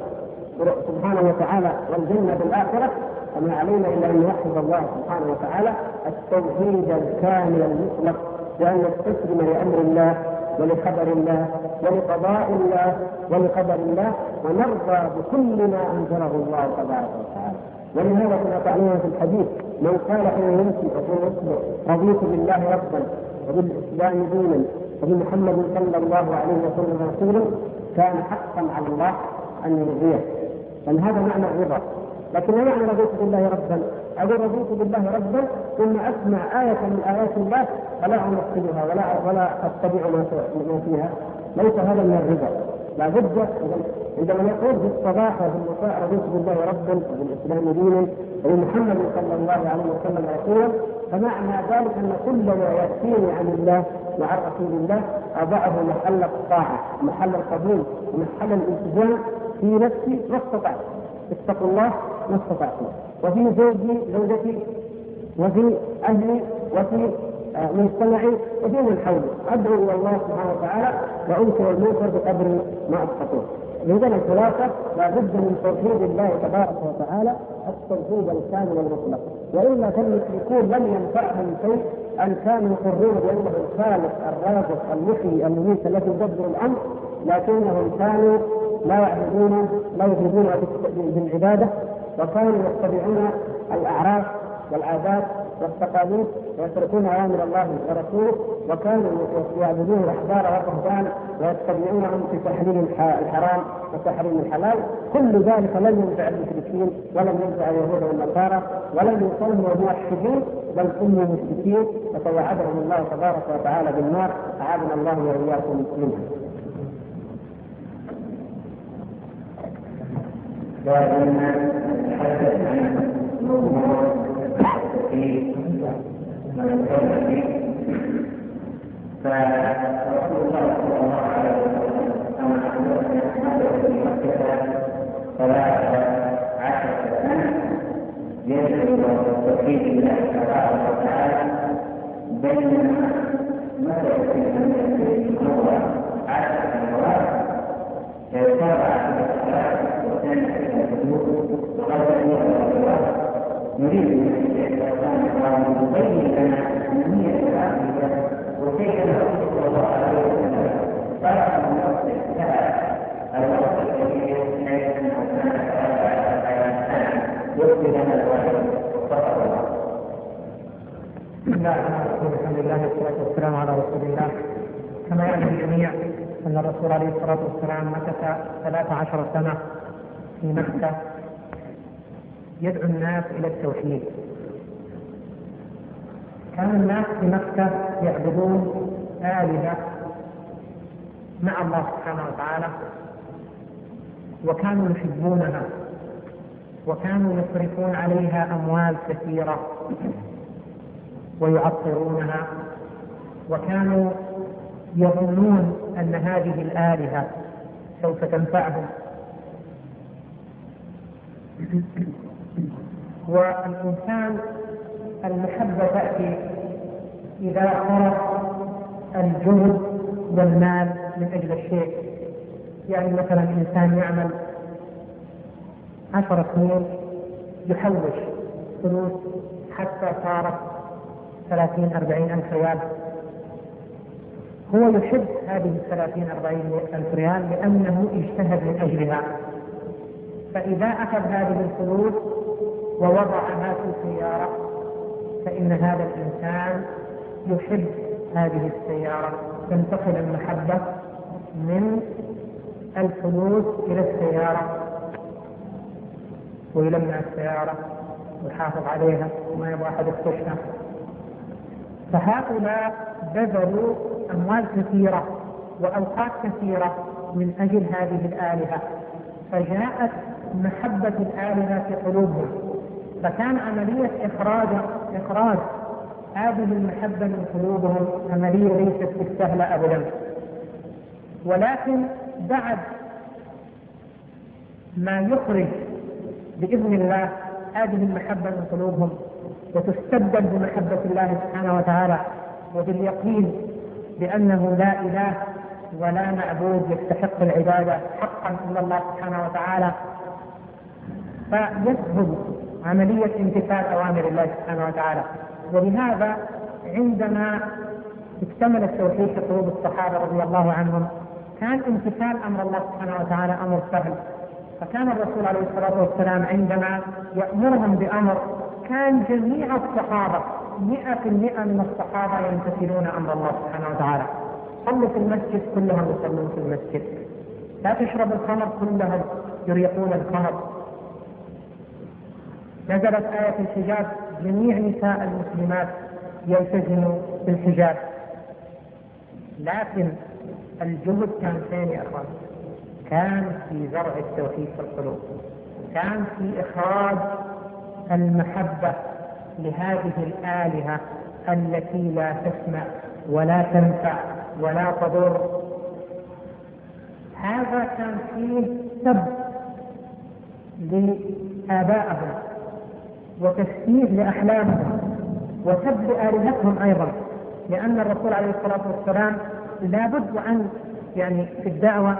سبحانه وتعالى والجنة في الآخرة، فما علينا إلا أن نوحد الله سبحانه وتعالى التوحيد الكامل المطلق، وأن نستسلم لأمر الله ولخبر الله ولقضاء الله ولقدر الله، ونرضى بكل ما أنزله الله تبارك وتعالى. ولهذا كما تعلمون في الحديث من قال حين يمشي وحين يصبح رضيت بالله ربا وبالإسلام دينا وبمحمد صلى الله عليه وسلم رسولا كان حقا على الله أن يرضيه، لأن هذا معنى الرضا. لكن ما معنى رضيت بالله ربا؟ أقول رضيت بالله ربا ثم أسمع آية من آيات الله فلا أنفذها ولا أتبع ما فيها، ليس هذا من الرضا. لا بد عندما نقول في الصباح وفي المساء رضيت بالله ربا وبالإسلام دينا وبمحمد صلى الله عليه وسلم رسولا، فمعنى ذلك أن كل ما يأتيني عن الله وعن رسول الله أضعه محل الطاعة، محل القبول، محل الالتزام في نفسي ما استطعت. اتقوا الله ما استطعتم، وفي زوجتي وفي أهلي وفي مجتمعي وفي من حولي أدعو إلى الله سبحانه وتعالى وأنكر المنكر بقدر ما أستطيع. إذا الخلاصة لا بد من توحيد الله تبارك وتعالى التوحيد الكامل المطلق، وإلا فالمشركون لم ينفعهم شيء أن كانوا يقرون بأنه الخالق الرازق المحيي المميت الذي يدبر الأمر، لكنهم كانوا لا يفيدون بالعبادة، وكانوا يتبعون الأعراف والعادات والتقاليد ويتركون أوامر الله ورسوله، وكانوا يعبدون الأحبار والرهبان ويتبعونهم في تحليل الحرام وتحريم الحلال. كل ذلك لم ينفع المشركين ولم ينفع اليهود والنصارى، ولم يسموا موحدين بل سموا مشركين، وتوعدهم الله تبارك وتعالى بالنار، أعاذنا الله وإياكم منها. وإن نتحدث عن أمور في من كان فيه، فرسول الله صلى الله عليه وسلم كما أخبرنا في مكة 13 سنة يجب توحيد الله تبارك وتعالى بين مسألة من هو 10 سنوات يتابع في الصلاة وثانية في الوضوء وغير نريد أن يبين لنا أهمية العقيدة وكيف الرسول صلى الله عليه وسلم طرح من نفس الكتاب الوقت الكبير حيث أنه كان 13 سنة يبدي لنا الواجب فقط الله. بسم الله الرحمن الرحيم، الحمد لله والصلاة والسلام على رسول الله. كما يعلم الجميع أن الرسول عليه الصلاة والسلام مكث 13 سنة في مكة يدعو الناس إلى التوحيد. كان الناس في مكة يعبدون آلهة مع الله سبحانه وتعالى، وكانوا يحبونها وكانوا يصرفون عليها أموال كثيرة ويعطرونها، وكانوا يظنون أن هذه الآلهة سوف تنفعهم. والإنسان المحبة تأتي إذا خلق الجهد والمال من أجل الشيء. يعني مثلا إنسان يعمل 10 سنين يحوش فلوس حتى صارت 30-40 ألف ريال، هو يحب هذه 30-40 ألف ريال لأنه اجتهد من أجلها. فإذا أخذ هذه الفلوس ووضعها في سيارة فإن هذا الإنسان يحب هذه السيارة، تنتقل المحبة من الفلوس إلى السيارة، ويلمع السيارة ويحافظ عليها وما يبغى أحد يخشها. فهؤلاء بذلوا أموال كثيرة وأوقات كثيرة من أجل هذه الآلهة، فجاءت محبة الآلهة في قلوبهم، فكان عملية إخراج هذه المحبة من قلوبهم عملية ليست بالسهلة أبدا. ولكن بعد ما يخرج بإذن الله هذه المحبة من قلوبهم وتستبدل بمحبة الله سبحانه وتعالى وباليقين بأنه لا إله ولا معبود يستحق العبادة حقا إلا الله سبحانه وتعالى، فيسهل عملية امتثال أوامر الله سبحانه وتعالى. ولهذا عندما اكتمل التوحيد في قلوب الصحابة رضي الله عنهم كان امتثال أمر الله سبحانه وتعالى أمر سهل. فكان الرسول عليه الصلاة والسلام عندما يأمرهم بأمر كان جميع الصحابة 100% من الصحابة يمتثلون أمر الله سبحانه وتعالى. صلوا في المسجد كلهم يصلون في المسجد، لا تشربوا الخمر كلهم يريقون الخمر. نزلت آية الحجاب جميع نساء المسلمات يلتزموا بالحجاب. لكن الجهد كان فين يا أخوان؟ كان في زرع التوحيد في القلوب، كان في إخراج المحبة لهذه الآلهة التي لا تسمع ولا تنفع ولا تضر. هذا كان فيه سب لآبائهم وتسفيه لأحلامهم وسب لآلهتهم أيضا، لأن الرسول عليه الصلاة والسلام لابد أن يعني في الدعوة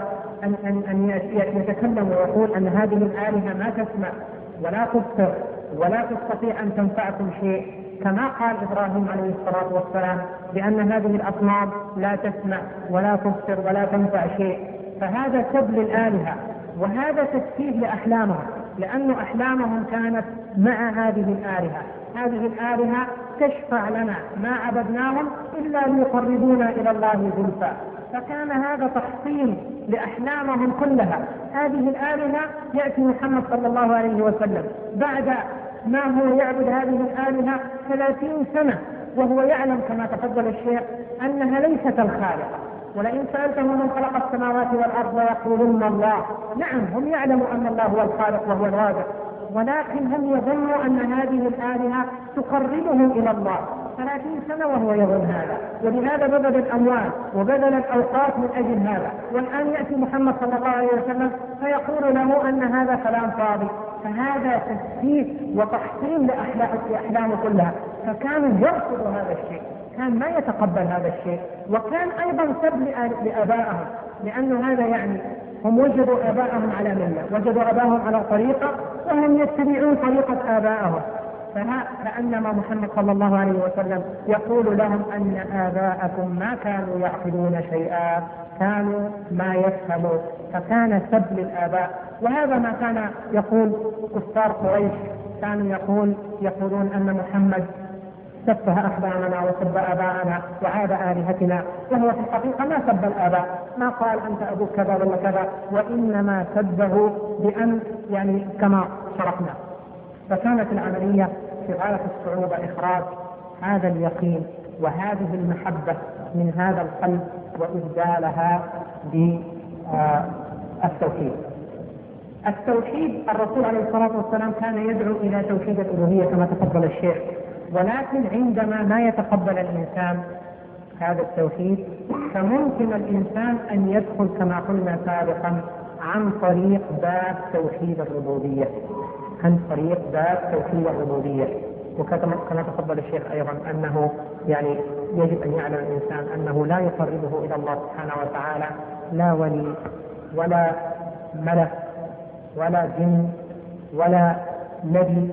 أن يتكلم ويقول أن هذه الآلهة ما تسمع ولا تبصر ولا تستطيع أن تنفعكم شيء، كما قال إبراهيم عليه الصلاة والسلام بأن هذه الأصنام لا تسمع ولا تبصر ولا تنفع شيء. فهذا سب للآلهة وهذا تسفيه لأحلامهم، لأن أحلامهم كانت مع هذه الآلهة. هذه الآلهة تشفع لنا ما عبدناهم إلا ليقربونا إلى الله زلفى، فكان هذا تحصيل لأحلامهم كلها. هذه الآلهة يأتي محمد صلى الله عليه وسلم بعد ما هو يعبد هذه الآلهة 30 سنة وهو يعلم كما تفضل الشيخ أنها ليست الخالقة. ولئن سألتهم من خلق السماوات والأرض ليقولن الله. نعم، هم يعلموا أن الله هو الخالق وهو الرازق، ولكن هم يظنوا أن هذه الآلهة تقربهم إلى الله. 30 سنة وهو يظن هذا، ولهذا بذل الأموال وبذل الأوقات من أجل هذا. والآن يأتي محمد صلى الله عليه وسلم فيقول له أن هذا كلام فاضي. فهذا تسفيه وتحطيم لأحلامه كلها. فكانوا يرفضوا هذا الشيء، كان ما يتقبل هذا الشيء، وكان أيضا سب لآبائهم، لأنه هذا يعني هم وجدوا آبائهم على ملة، وجدوا آبائهم على طريقة وهم يتبعون طريقة آبائهم. فإنما محمد صلى الله عليه وسلم يقول لهم أن آباءكم ما كانوا يعقلون شيئا، كانوا ما يفهموا. فكان سب للآباء. وهذا ما كان يقول كفار قريش، كانوا يقولون أن محمد سفه أحبارنا وسب آباءنا وعاد آلهتنا، وهو في الحقيقة ما سب الآباء، ما قال أنت أبوك كذا ولا كذا، وإنما سبه بأن يعني كما شرحنا. فكانت العملية في غاية الصعوبة إخراج هذا اليقين وهذه المحبة من هذا القلب وإبدالها بالتوحيد. التوحيد الرسول عليه الصلاة والسلام كان يدعو إلى توحيد الألوهية كما تفضل الشيخ، ولكن عندما ما يتقبل الإنسان هذا التوحيد فممكن الإنسان أن يدخل كما قلنا سابقا عن طريق باب توحيد الربوبية، عن طريق باب توحيد الربوبية. وكما تفضل الشيخ أيضا أنه يعني يجب أن يعلم الإنسان أنه لا يقربه إلى الله سبحانه وتعالى لا ولي ولا ملك ولا جن ولا نبي.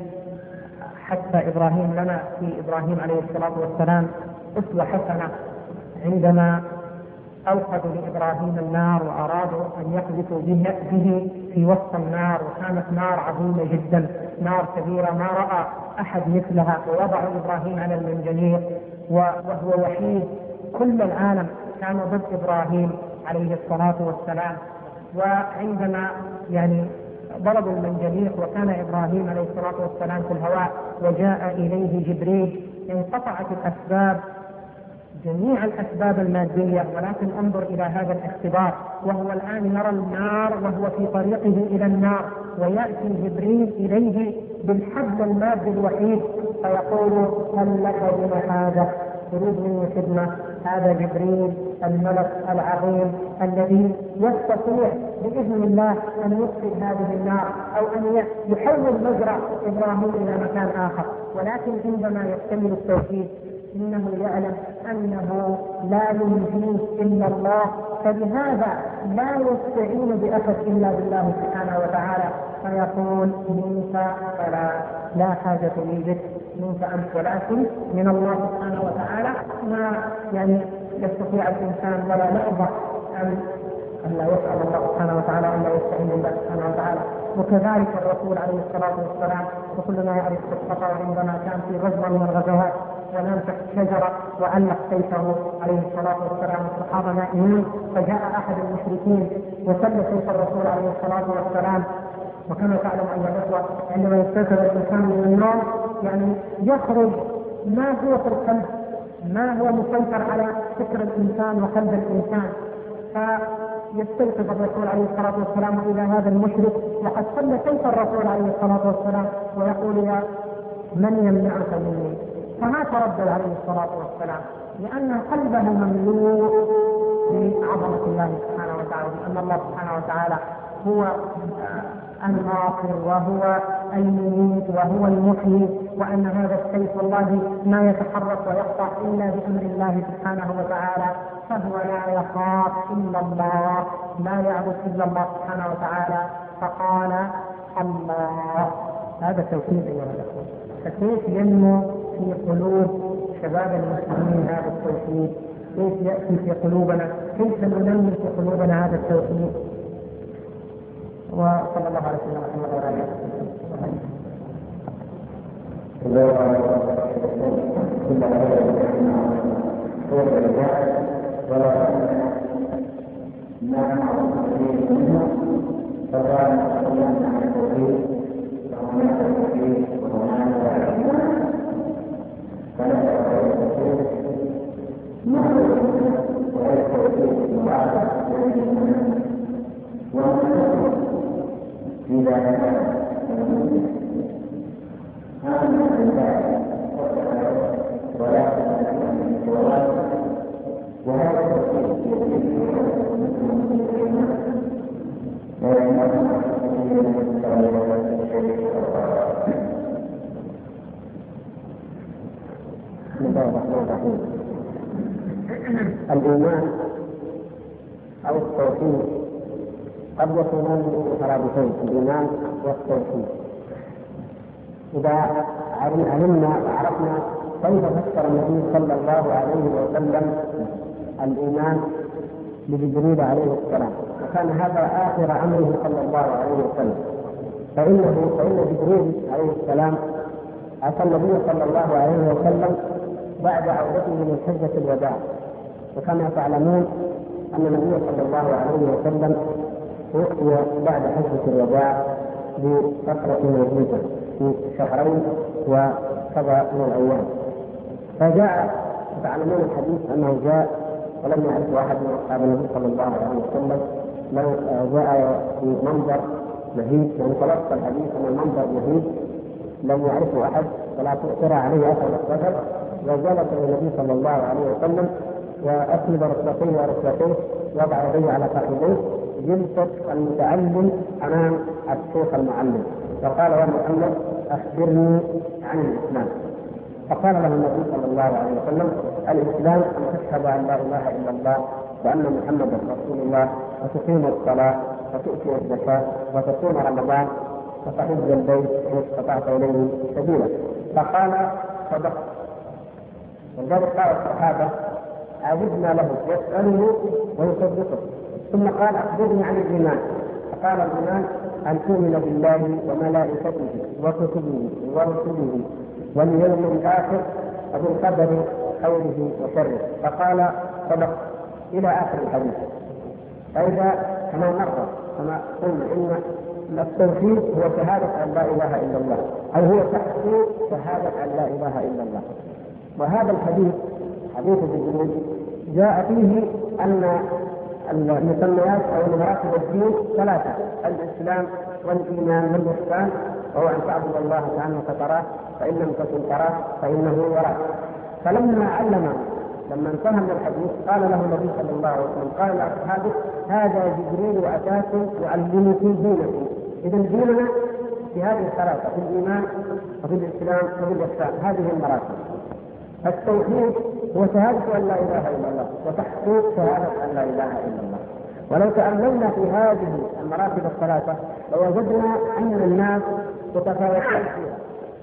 حتى إبراهيم لنا في إبراهيم عليه الصلاة والسلام أسوة حسنة عندما أوقدوا لإبراهيم النار وأرادوا أن يقذفوا به في وسط النار، وكانت نار عظيمة جدا، نار كبيرة ما رأى أحد مثلها، ووضع إبراهيم على المنجنيق وهو وحيد، كل العالم كان ضد إبراهيم عليه الصلاة والسلام. وعندما يعني ضربوا المنجنيق وكان إبراهيم عليه الصلاة والسلام في الهواء وجاء إليه جبريل انقطعت الأسباب، جميع الأسباب المادية، ولكن انظر إلى هذا الاختبار، وهو الآن يرى النار وهو في طريقه إلى النار، ويأتي جبريل إليه بالحبل المادي الوحيد فيقول هل لك من هذا؟ تريد مني خدمة؟ هذا جبريل الملك العظيم الذي يستطيع بإذن الله أن يطفئ هذه النار أو أن يحول مجرى إبراهيم إلى مكان آخر. ولكن عندما يكتمل التوحيد إنه يعلم أنه لا ينجيه إلا الله، فلهذا لا يستعين بأحد إلا بالله سبحانه وتعالى، فيقول منك لا حاجة لي بك، منك أنت، ولكن من الله سبحانه وتعالى ما يعني يستطيع الإنسان ولا لحظة أن لا يسأل الله سبحانه وتعالى أن لا يستعين بالله سبحانه وتعالى. وكذلك الرسول عليه الصلاة والسلام، وكلنا يعرف قصته عندما كان في غزوة من الغزوات ونام تحت شجرة وعلق سيفه عليه الصلاة والسلام والصحابة نائمين، فجاء أحد المشركين وسل سيف الرسول عليه الصلاة والسلام. وكما تعلم أيها الأخوة عندما يستيقظ الإنسان من النوم يعني يخرج ما هو في القلب، ما هو مسيطر على فكر الإنسان وقلب الإنسان، فيستيقظ الرسول عليه الصلاة والسلام إلى هذا المشرك وقد سل سيف الرسول عليه الصلاة والسلام ويقول يا من يمنعك مني؟ فما تردد عليه الصلاة والسلام لأن قلبه مملوء بعظمة الله سبحانه وتعالى، لأن الله سبحانه وتعالى هو الناصر وهو المميت وهو المحيي، وأن هذا السيف والله ما يتحرك ويقطع إلا بأمر الله سبحانه وتعالى، فهو لا يخاف إلا الله، لا يعبد إلا الله سبحانه وتعالى. فقال الله. هذا التوحيد أيها الأخوة. فكيف ينمو في قلوب شباب المسلمين هذا التوحيد؟ كيف يأتي في قلوبنا؟ كيف ننمي في قلوبنا هذا التوحيد؟ وصلى الله على سيدنا محمد وعلى آله الإيمان أو التوحيد قد يكونان مترادفين، الإيمان والتوحيد. إذا علمنا وعرفنا كيف فسر النبي صلى الله عليه وسلم الإيمان لجبريل عليه السلام، وكان هذا آخر أمره صلى الله عليه وسلم، فإن جبريل عليه السلام أتى النبي صلى الله عليه وسلم بعد عودته من حجة الوداع. وكما تعلمون أن النبي صلى الله عليه وسلم توفي بعد حجة الوداع بفترة موجودة في شهرين وكذا من الأيام. فجاء، تعلمون الحديث أنه جاء ولم يعرف أحد من أصحاب النبي صلى الله عليه وسلم، لو جاء في منظر مهيب، يعني تلقى الحديث من منظر مهيب لم يعرفه أحد ولا تؤثر عليه أثر السفر، وجلس النبي صلى الله عليه وسلم وأسند ركبتيه وركبتيه، وضع يديه على فخذيه جلسة المتعلم أمام الشيخ المعلم، فقال: يا محمد أخبرني عن الإسلام. فقال له النبي صلى الله عليه وسلم: الإسلام أن تشهد أن لا إله إلا الله وأن محمدا رسول الله، وتقيم الصلاة، وتؤتي الزكاة، وتصوم رمضان، وتحج البيت إن استطعت إليه سبيلا. فقال: صدقت. ولذلك قال الصحابة: عجبنا له يسأله ويصدقه. ثم قال: أخبرني عن الإيمان. فقال: الإيمان أن تؤمن بالله وملائكته وكتبه ورسله واليوم الآخر وبالقدر خيره وشره. فقال: صدق، إلى آخر الحديث. فإذا كما مر كما قلنا إن التوحيد هو شهادة أن لا إله إلا الله، أو هو تحقيق شهادة أن لا إله إلا الله. وهذا الحديث حديث جبريل جاء فيه أن المسميات أو مراتب الدين ثلاثة: الإسلام والإيمان والإحسان، وهو أن تعبد الله كأنك تراه فإن لم تكن تراه فإنه يراك. فلما علمه لما انتهى من الحديث قال له النبي صلى الله عليه وسلم: قال لأصحابه: هذا جبريل أتاكم يعلمكم دينكم. إذا ديننا في هذه الثلاثة: في الإيمان وفي الإسلام وفي الإحسان، هذه المراتب. التوحيد هو شهادة أن لا إله إلا الله وتحقيق شهادة أن لا إله إلا الله. ولو تأملنا في هذه المراتب الثلاثة لوجدنا أن الناس يتفاوتون فيها،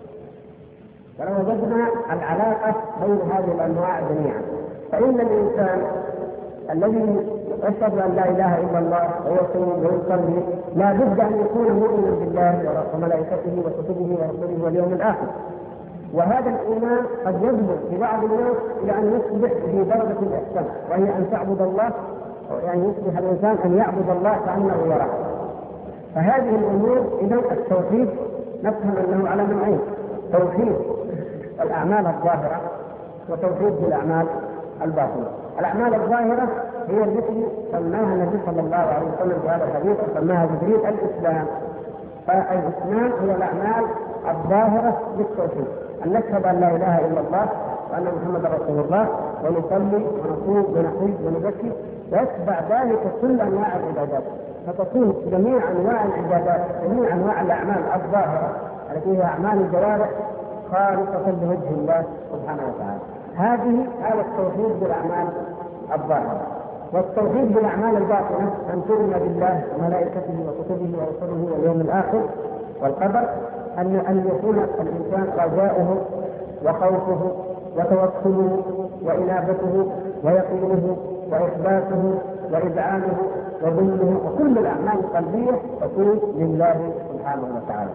ولو وجدنا العلاقة بين هذه الأنواع جميعا. فإن الإنسان الذي يشهد أن لا إله إلا الله ويصوم ويصلي لا بد أن يكون مؤمنا بالله وملائكته وكتبه ورسله واليوم الآخر. وهذا الإيمان قد يبلغ في بعض الناس إلى أن يصبح في درجة الإحسان، وهي أن تعبد الله، يعني يصبح الإنسان أن يعبد الله كأنه يراه. فهذه الأمور إذا التوحيد نفهم أنه على نوعين: توحيد الأعمال الظاهرة وتوحيد الأعمال الباطنة. الأعمال الظاهرة هي التي سماها النبي صلى الله عليه وسلم في هذا الحديث وسماها جبريل الإسلام. فالإسلام هي الأعمال الظاهرة للتوحيد: أن نشهد أن لا إله إلا الله وأن محمدا رسول الله، ونصلي ونصوم ونحج ونزكي، ويتبع ذلك كل أنواع العبادات، فتكون جميع أنواع العبادات جميع أنواع الأعمال الظاهرة التي هي أعمال الجوارح خالصة لوجه الله سبحانه وتعالى. هذا التوحيد بالأعمال الظاهرة. والتوحيد بالأعمال الباطنة أن تؤمن بالله وملائكته وكتبه ورسله واليوم الآخر والقدر، أن يكون الإنسان رجاؤه وخوفه وتوكله وإنابته ويقينه وإخباته وإذعانه وظله، وكل الأعمال القلبية تكون لله سبحانه وتعالى.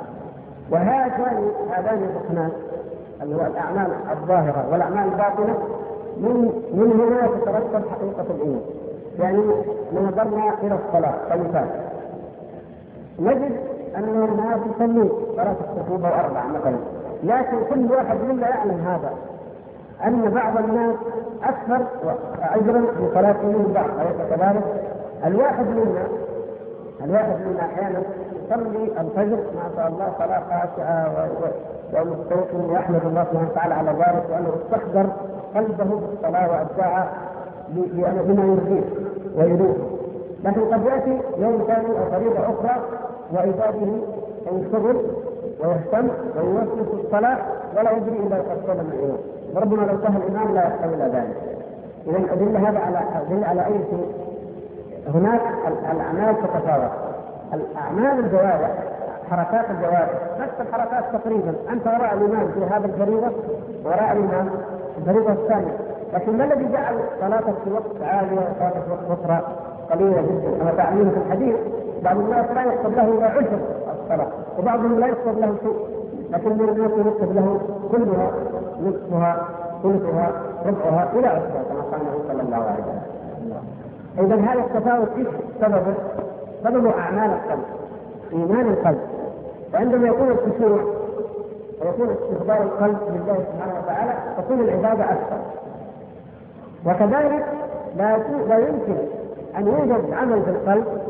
هذان الركنان اللي هو الأعمال الظاهرة والأعمال الباطنة من هنا تترتب حقيقة الإيمان. يعني لو نظرنا إلى الصلاة كمثال نجد أن الناس يصلون صلاة الصفوف أربع مثلا، لكن كل واحد منا يعلم هذا أن بعض الناس أكثر أجرا في صلاته من بعض، أليس كذلك؟ الواحد منا أحيانا يصلي الفجر ما شاء الله صلاة خاشعة ومستوطن ويحمد الله سبحانه وتعالى على ذلك، وأنه استحضر قلبه بالصلاة وأدعى بما يرضيه ويريده. لكن قد يأتي يوم ثاني أو فريضة أخرى وعباده ينشغل ويهتم ويوسوس في الصلاة ولا يدري إلا قد صلى الإمام، وربنا لو سهل الإمام لا يحتوي إلى ذلك. إذا أدل هذا على أي شيء؟ هناك الأعمال تتفاوت. الأعمال الجوارح حركات الجوارح نفس الحركات تقريبا، أنت وراء الإمام في هذا الفريضة وراء الإمام الفريضة الثانية، لكن ما الذي جعل صلاتك في وقت عالية وصلاتك في وقت أخرى قليلة جدا؟ كما تعلمون في الحديث بعض الناس لا يكتب له إلا عشر الصلاة، وبعضهم لا يكتب له شيء، لكن من الناس يكتب له كلها، نصفها، ثلثها، ربعها، إلى عشرة كما قال النبي صلى الله عليه وسلم. إذا هذا التفاوت ايش سببه؟ أعمال القلب، إيمان القلب. وعندما يكون الخشوع ويكون استحضار القلب لله سبحانه وتعالى تكون العبادة أكثر. وكذلك لا يمكن أن يوجد عمل في القلب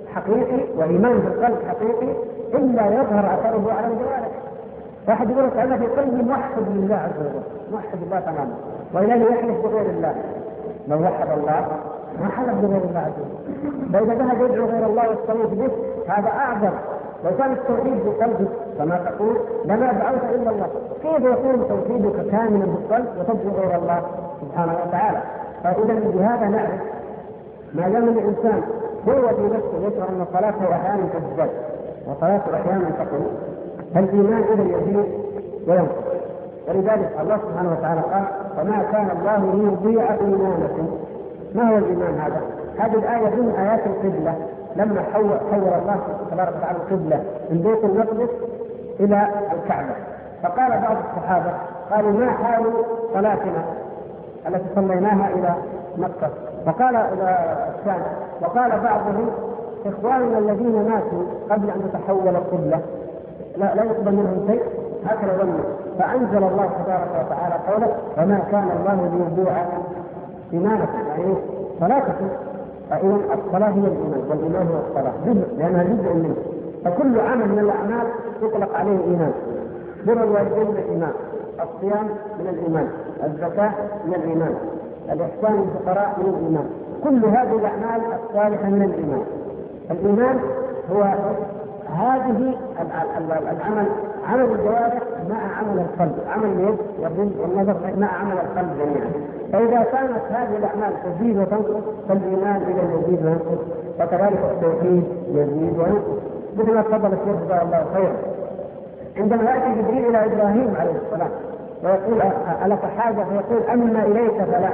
حقيقي وإيمان بالقلب حقيقي إلا يظهر أثره على الجوارح. واحد يقول لك أنا في قلبي موحد لله عز وجل، موحد الله تماما، وإليه يحلف بغير الله. لو وحد الله ما حلف بغير الله عز وجل. فإذا ذهب يدعو غير الله واستغيث به هذا أعظم. لو كان التوحيد بقلبك كما تقول لما دعوت إلا الله، كيف يكون توحيدك كاملا بالقلب وتدعو غير الله سبحانه وتعالى؟ فإذا بهذا نعرف ما دام الإنسان هو في نفسه يشعر أن صلاته أحيانا تزداد وصلاته أحيانا تقل، فالإيمان إذا يزيد وينقص. ولذلك الله سبحانه وتعالى قال: وما كان الله ليضيع إيمانكم. ما هو الإيمان هذا؟ هذه الآية من آيات القبلة، لما حول الله تبارك وتعالى القبلة من بيت المقدس إلى الكعبة، فقال بعض الصحابة قالوا: ما حال صلاتنا التي صليناها إلى مكة؟ فقال إلى الشام. وقال بعضهم: إخواننا الذين ماتوا قبل أن تتحول القبلة لا يقبل منهم شيء، هكذا ظنوا. فأنزل الله تبارك وتعالى قوله: وما كان الله ليضيع إيمانكم، يعني صلاتكم. فإذا الصلاة هي الإيمان، والإيمان هو الصلاة جزء، لأنها جزء منه. فكل عمل من الأعمال يطلق عليه إيمان. بر الوالدين من الإيمان، الصيام من الإيمان، الزكاة من الإيمان، الإحسان للفقراء من الإيمان. كل هذه الأعمال الصالحة من الإيمان. الإيمان هو هذه العمل، عمل الجوارح مع عمل القلب، عمل اليد والرجل والنظر مع عمل القلب جميعا. فإذا كانت هذه الأعمال تزيد وتنقص فالإيمان إذا يزيد وينقص، وكذلك التوحيد يزيد وينقص. مثل ما تفضل الشيخ جزاه الله خيرا عندما يأتي جبريل إلى إبراهيم عليه السلام ويقول: ألك حاجة؟ فيقول: أما إليك فلا.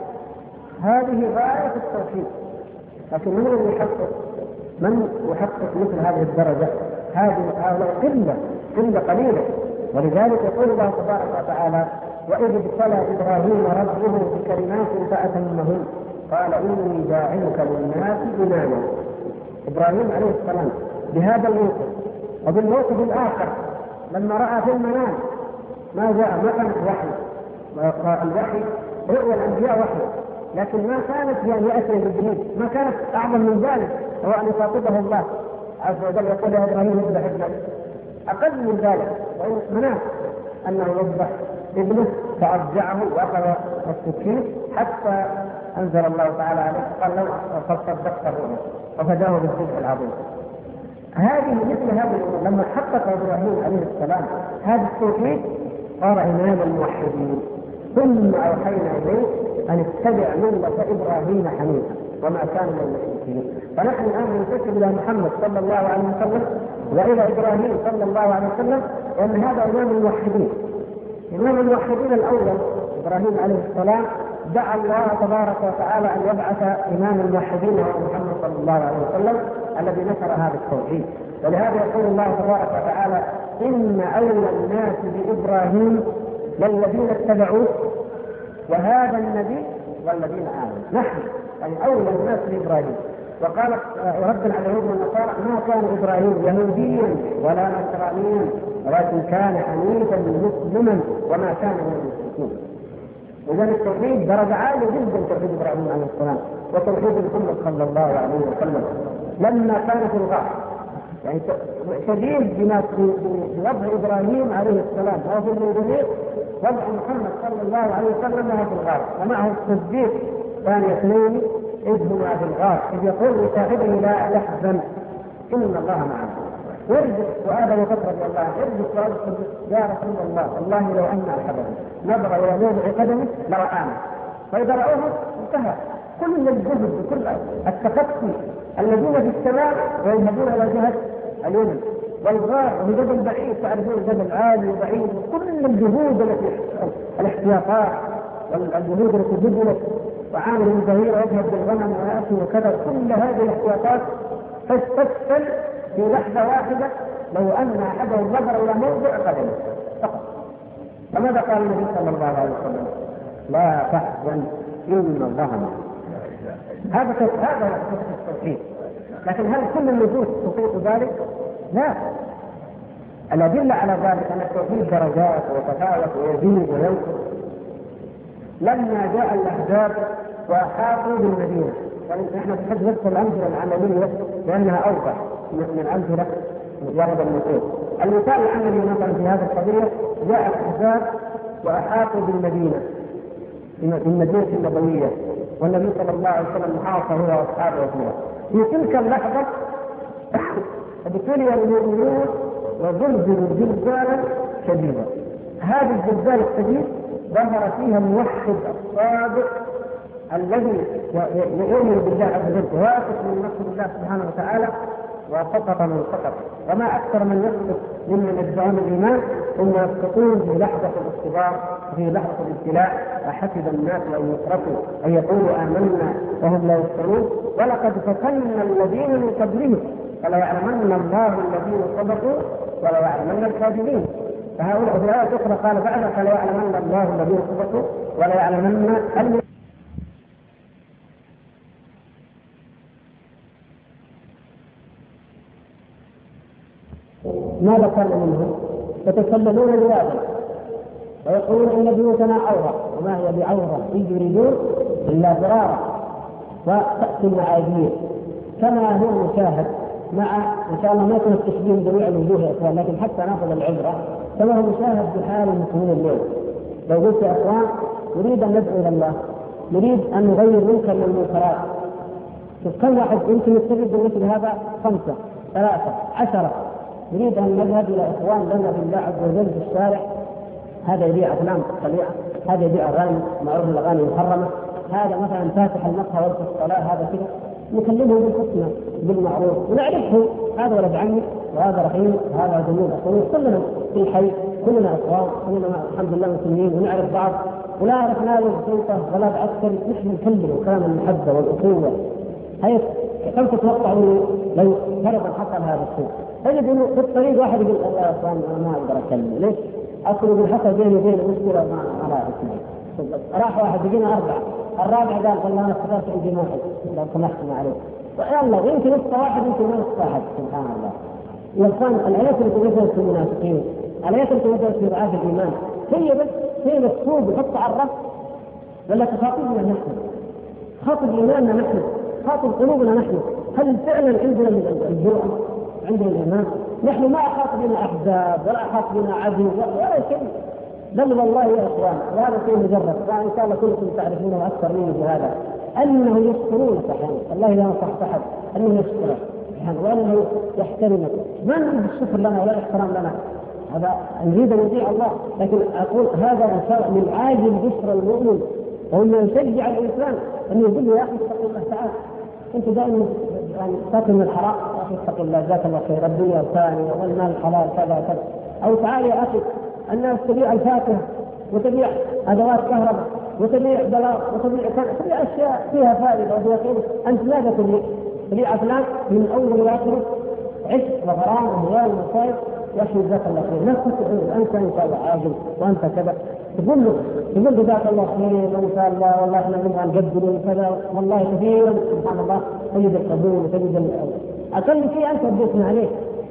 هذه غاية التوحيد. لكن من يحقق مثل هذه الدرجة؟ هؤلاء قلة قليلة. ولذلك يقول الله تبارك وتعالى: وإذ ابتلى إبراهيم ربه بكلمات فأتمهن قال إني جاعلك للناس إماما. إبراهيم عليه السلام بهذا الموقف وبالموقف الآخر لما رأى في المنام ما جاء، ما كانت وحي، الوحي رؤيا الأنبياء وحي، لكن ما كانت يعني يأتي جبريل، ما كانت أعظم من ذلك، هو أن يخاطبه الله عز وجل يقول: يا إبراهيم اذبح ابنك. أقل من ذلك منام أنه يذبح ابنه، فأرجعه وأخذ السكين حتى أنزل الله تعالى عليه قال: لو صدقت الرؤيا وفداه بالصدق العظيم. مثل هذه لما حقق إبراهيم عليه السلام هذا التوحيد صار إمام الموحدين. ثم أوحينا إليه أن اتبع ملة إبراهيم حنيفا وما كان من المشركين. فنحن الآن ننتسب إلى محمد صلى الله عليه وسلم وإلى إبراهيم صلى الله عليه وسلم، وأن هذا إمام الموحدين. إمام الموحدين الأول إبراهيم عليه السلام دعا الله تبارك وتعالى أن يبعث إمام الموحدين وهو محمد صلى الله عليه وسلم الذي نشر هذا التوحيد. ولهذا يقول الله تبارك وتعالى: إن أولى الناس بإبراهيم للذين اتبعوه وهذا النبي والذين آمنوا. نحن يعني أولى الناس بإبراهيم. وقال رد على اليهود والنصارى: ما كان إبراهيم يهوديا ولا نصرانيا ولكن كان حنيفا مسلما وما كان من المشركين. إذا التوحيد درجة عالية جدا، توحيد إبراهيم عليه السلام وتوحيد محمد صلى الله عليه وسلم. لما كان في الغار يعني شديد بوضع إبراهيم عليه السلام وفي المنزلين، وضع محمد صلى الله عليه وسلم وهو في الغار، ومعه الصديق ثاني اثنين إذ هما في الغار إذ يقول لصاحبه: لا تحزن إن الله معنا. يرجع وآدم وفترة رضي الله عنه يرجع ويقول: يا رسول الله والله لو أن أحدهم نظر إلى موضع قدمه لرآنا. فإذا رأوه انتهى كل الجهد وكل التخطي. الذين في السماء ويذهبون إلى جهة اليمن، والغار وهو جبل بعيد، تعرفون جبل عالي وبعيد، وكل الجهود التي الاحتياطات والجهود التي بذلت وعامل الظهير يذهب بالغنم ويأتي وكذا، كل هذه الاحتياطات تستفسر في لحظة واحدة لو أن أحدهم نظر إلى موضع قدمه فقط. فماذا قال النبي صلى الله عليه وسلم؟ لا تحزن إن الله معنا. هذا التوحيد. لكن هل كل النفوس تطيق ذلك؟ لا. الأدلة على ذلك أن التوحيد درجات وتفاوت ويزيد وينقص. لما جاء الأحزاب وأحاطوا بالمدينة يعني نحن نحب نذكر الامثله العمليه لانها اوضح من الامثله مجرد النصوص. المثال العملي مثلا في هذه القضيه جاء الاحزاب واحاطوا بالمدينه في المدينه النبويه، والنبي صلى الله عليه وسلم محاصر هو واصحابه وسلم. في تلك اللحظه ابتلي المؤمنون وزلزلوا زلزالا شديدا. هذا الزلزال الشديد ظهر فيها الموحد الصادق الذي يؤمن بالله عز وجل ويثق من نصر الله سبحانه وتعالى، وسقط من سقط. وما اكثر من يسقط ممن يدعون الايمان ثم يسقطون في لحظه الاختبار وفي لحظه الابتلاء. احسب الناس ان يتركوا ان يقولوا امنا وهم لا يفتنون ولقد فتنا الذين من قبلهم فليعلمن الله الذين صدقوا وليعلمن الكاذبين. فهؤلاء في آية أخرى قال بعد فليعلمن الله الذين صدقوا وليعلمن ماذا كان منهم؟ يتسللون لهذا ويقولون ان بيوتنا عوره، وما هي بعوره ان يريدون الا فرارا وتاتي المعاذير كما هو المشاهد مع ان شاء الله ما يكون التشبيه بجميع الوجوه يا اخوان، لكن حتى ناخذ العبره كما هو مشاهد بحال المسلمين اليوم. لو قلت يا اخوان نريد ان ندعو الى الله، نريد ان نغير منكر من المنكرات، كم واحد يمكن يستفيد بمثل هذا؟ 5 3 10. نريد ان نذهب الى اخوان لنا بالله عز وجل في الشارع، هذا يبيع افلام طليعه، هذا يبيع اغاني معروف الاغاني المحرمه، هذا مثلا فاتح المقهى وقت الصلاه، هذا كذا نكلمه بالحسنى بالمعروف ونعرفه هذا ولد عمي وهذا رحيم وهذا جميل اخوي، كلنا في الحي كلنا اخوان كلنا الحمد لله مسلمين ونعرف بعض ولا عرفنا له سلطه ولا بعسكر، نحن نكلمه كلام المحبه والاخوه. هي كم تتوقع لو فرضا حصل هذا الشيء؟ تجد انه في الطريق واحد يقول الله يا اخوان انا ما اقدر اتكلم، ليش؟ اصل بالحصل بيني وبين مشكله ما لا اسمع. راح واحد يجينا 4 الرابع قال والله انا افتكرت عندي موعد لو سمحتم عليه، يلا يمكن نص واحد يمكن ما نص واحد. سبحان الله يا اخوان، الايات اللي تنزلت في المنافقين، الايات اللي تنزلت في ضعاف الايمان هي بس هي مكتوب يحط على الرف ولا تخاطبنا نحن؟ خاطب ايماننا نحن، خاطب قلوبنا نحن. هل فعلا عندنا الجرأة؟ عندنا الايمان؟ نحن ما احاط بنا احزاب ولا احاط بنا عدو ولا شيء، بل والله يا اخوان وهذا شيء مجرد، وان شاء الله كلكم تعرفونه اكثر مني بهذا، انه يشكرون احيانا، والله اذا نصحت احد انه يشكرك وانه يحترمك، ما نريد الشكر لنا ولا الاحترام لنا، هذا نريد ان نطيع الله، لكن اقول هذا من عاجل بشرى المؤمن وانه يشجع الانسان ان يقول له يا اخي اتق الله تعالى، انت دائما يعني تاكل من الحرام، يا اخي اتق الله جزاك الله خير، الدنيا الثانيه والمال الحلال كذا كذا، او تعال يا اخي الناس تبيع الفاكهه وتبيع ادوات كهرباء وتبيع بلاط وتبيع اشياء فيها فائده وفيها خير، انت ماذا تبيع افلام من اول الى اخره، عشق وغرام واموال ومصائب، يا اخي جزاك الله خير، لا تقول انت ان شاء الله عاجل وانت كذا، تقول له جزاك الله خير وان شاء الله والله احنا نبغى نقدر كذا، والله كثيرا سبحان الله تجد القبول وتجد اقل شيء انت اديتنا عليه.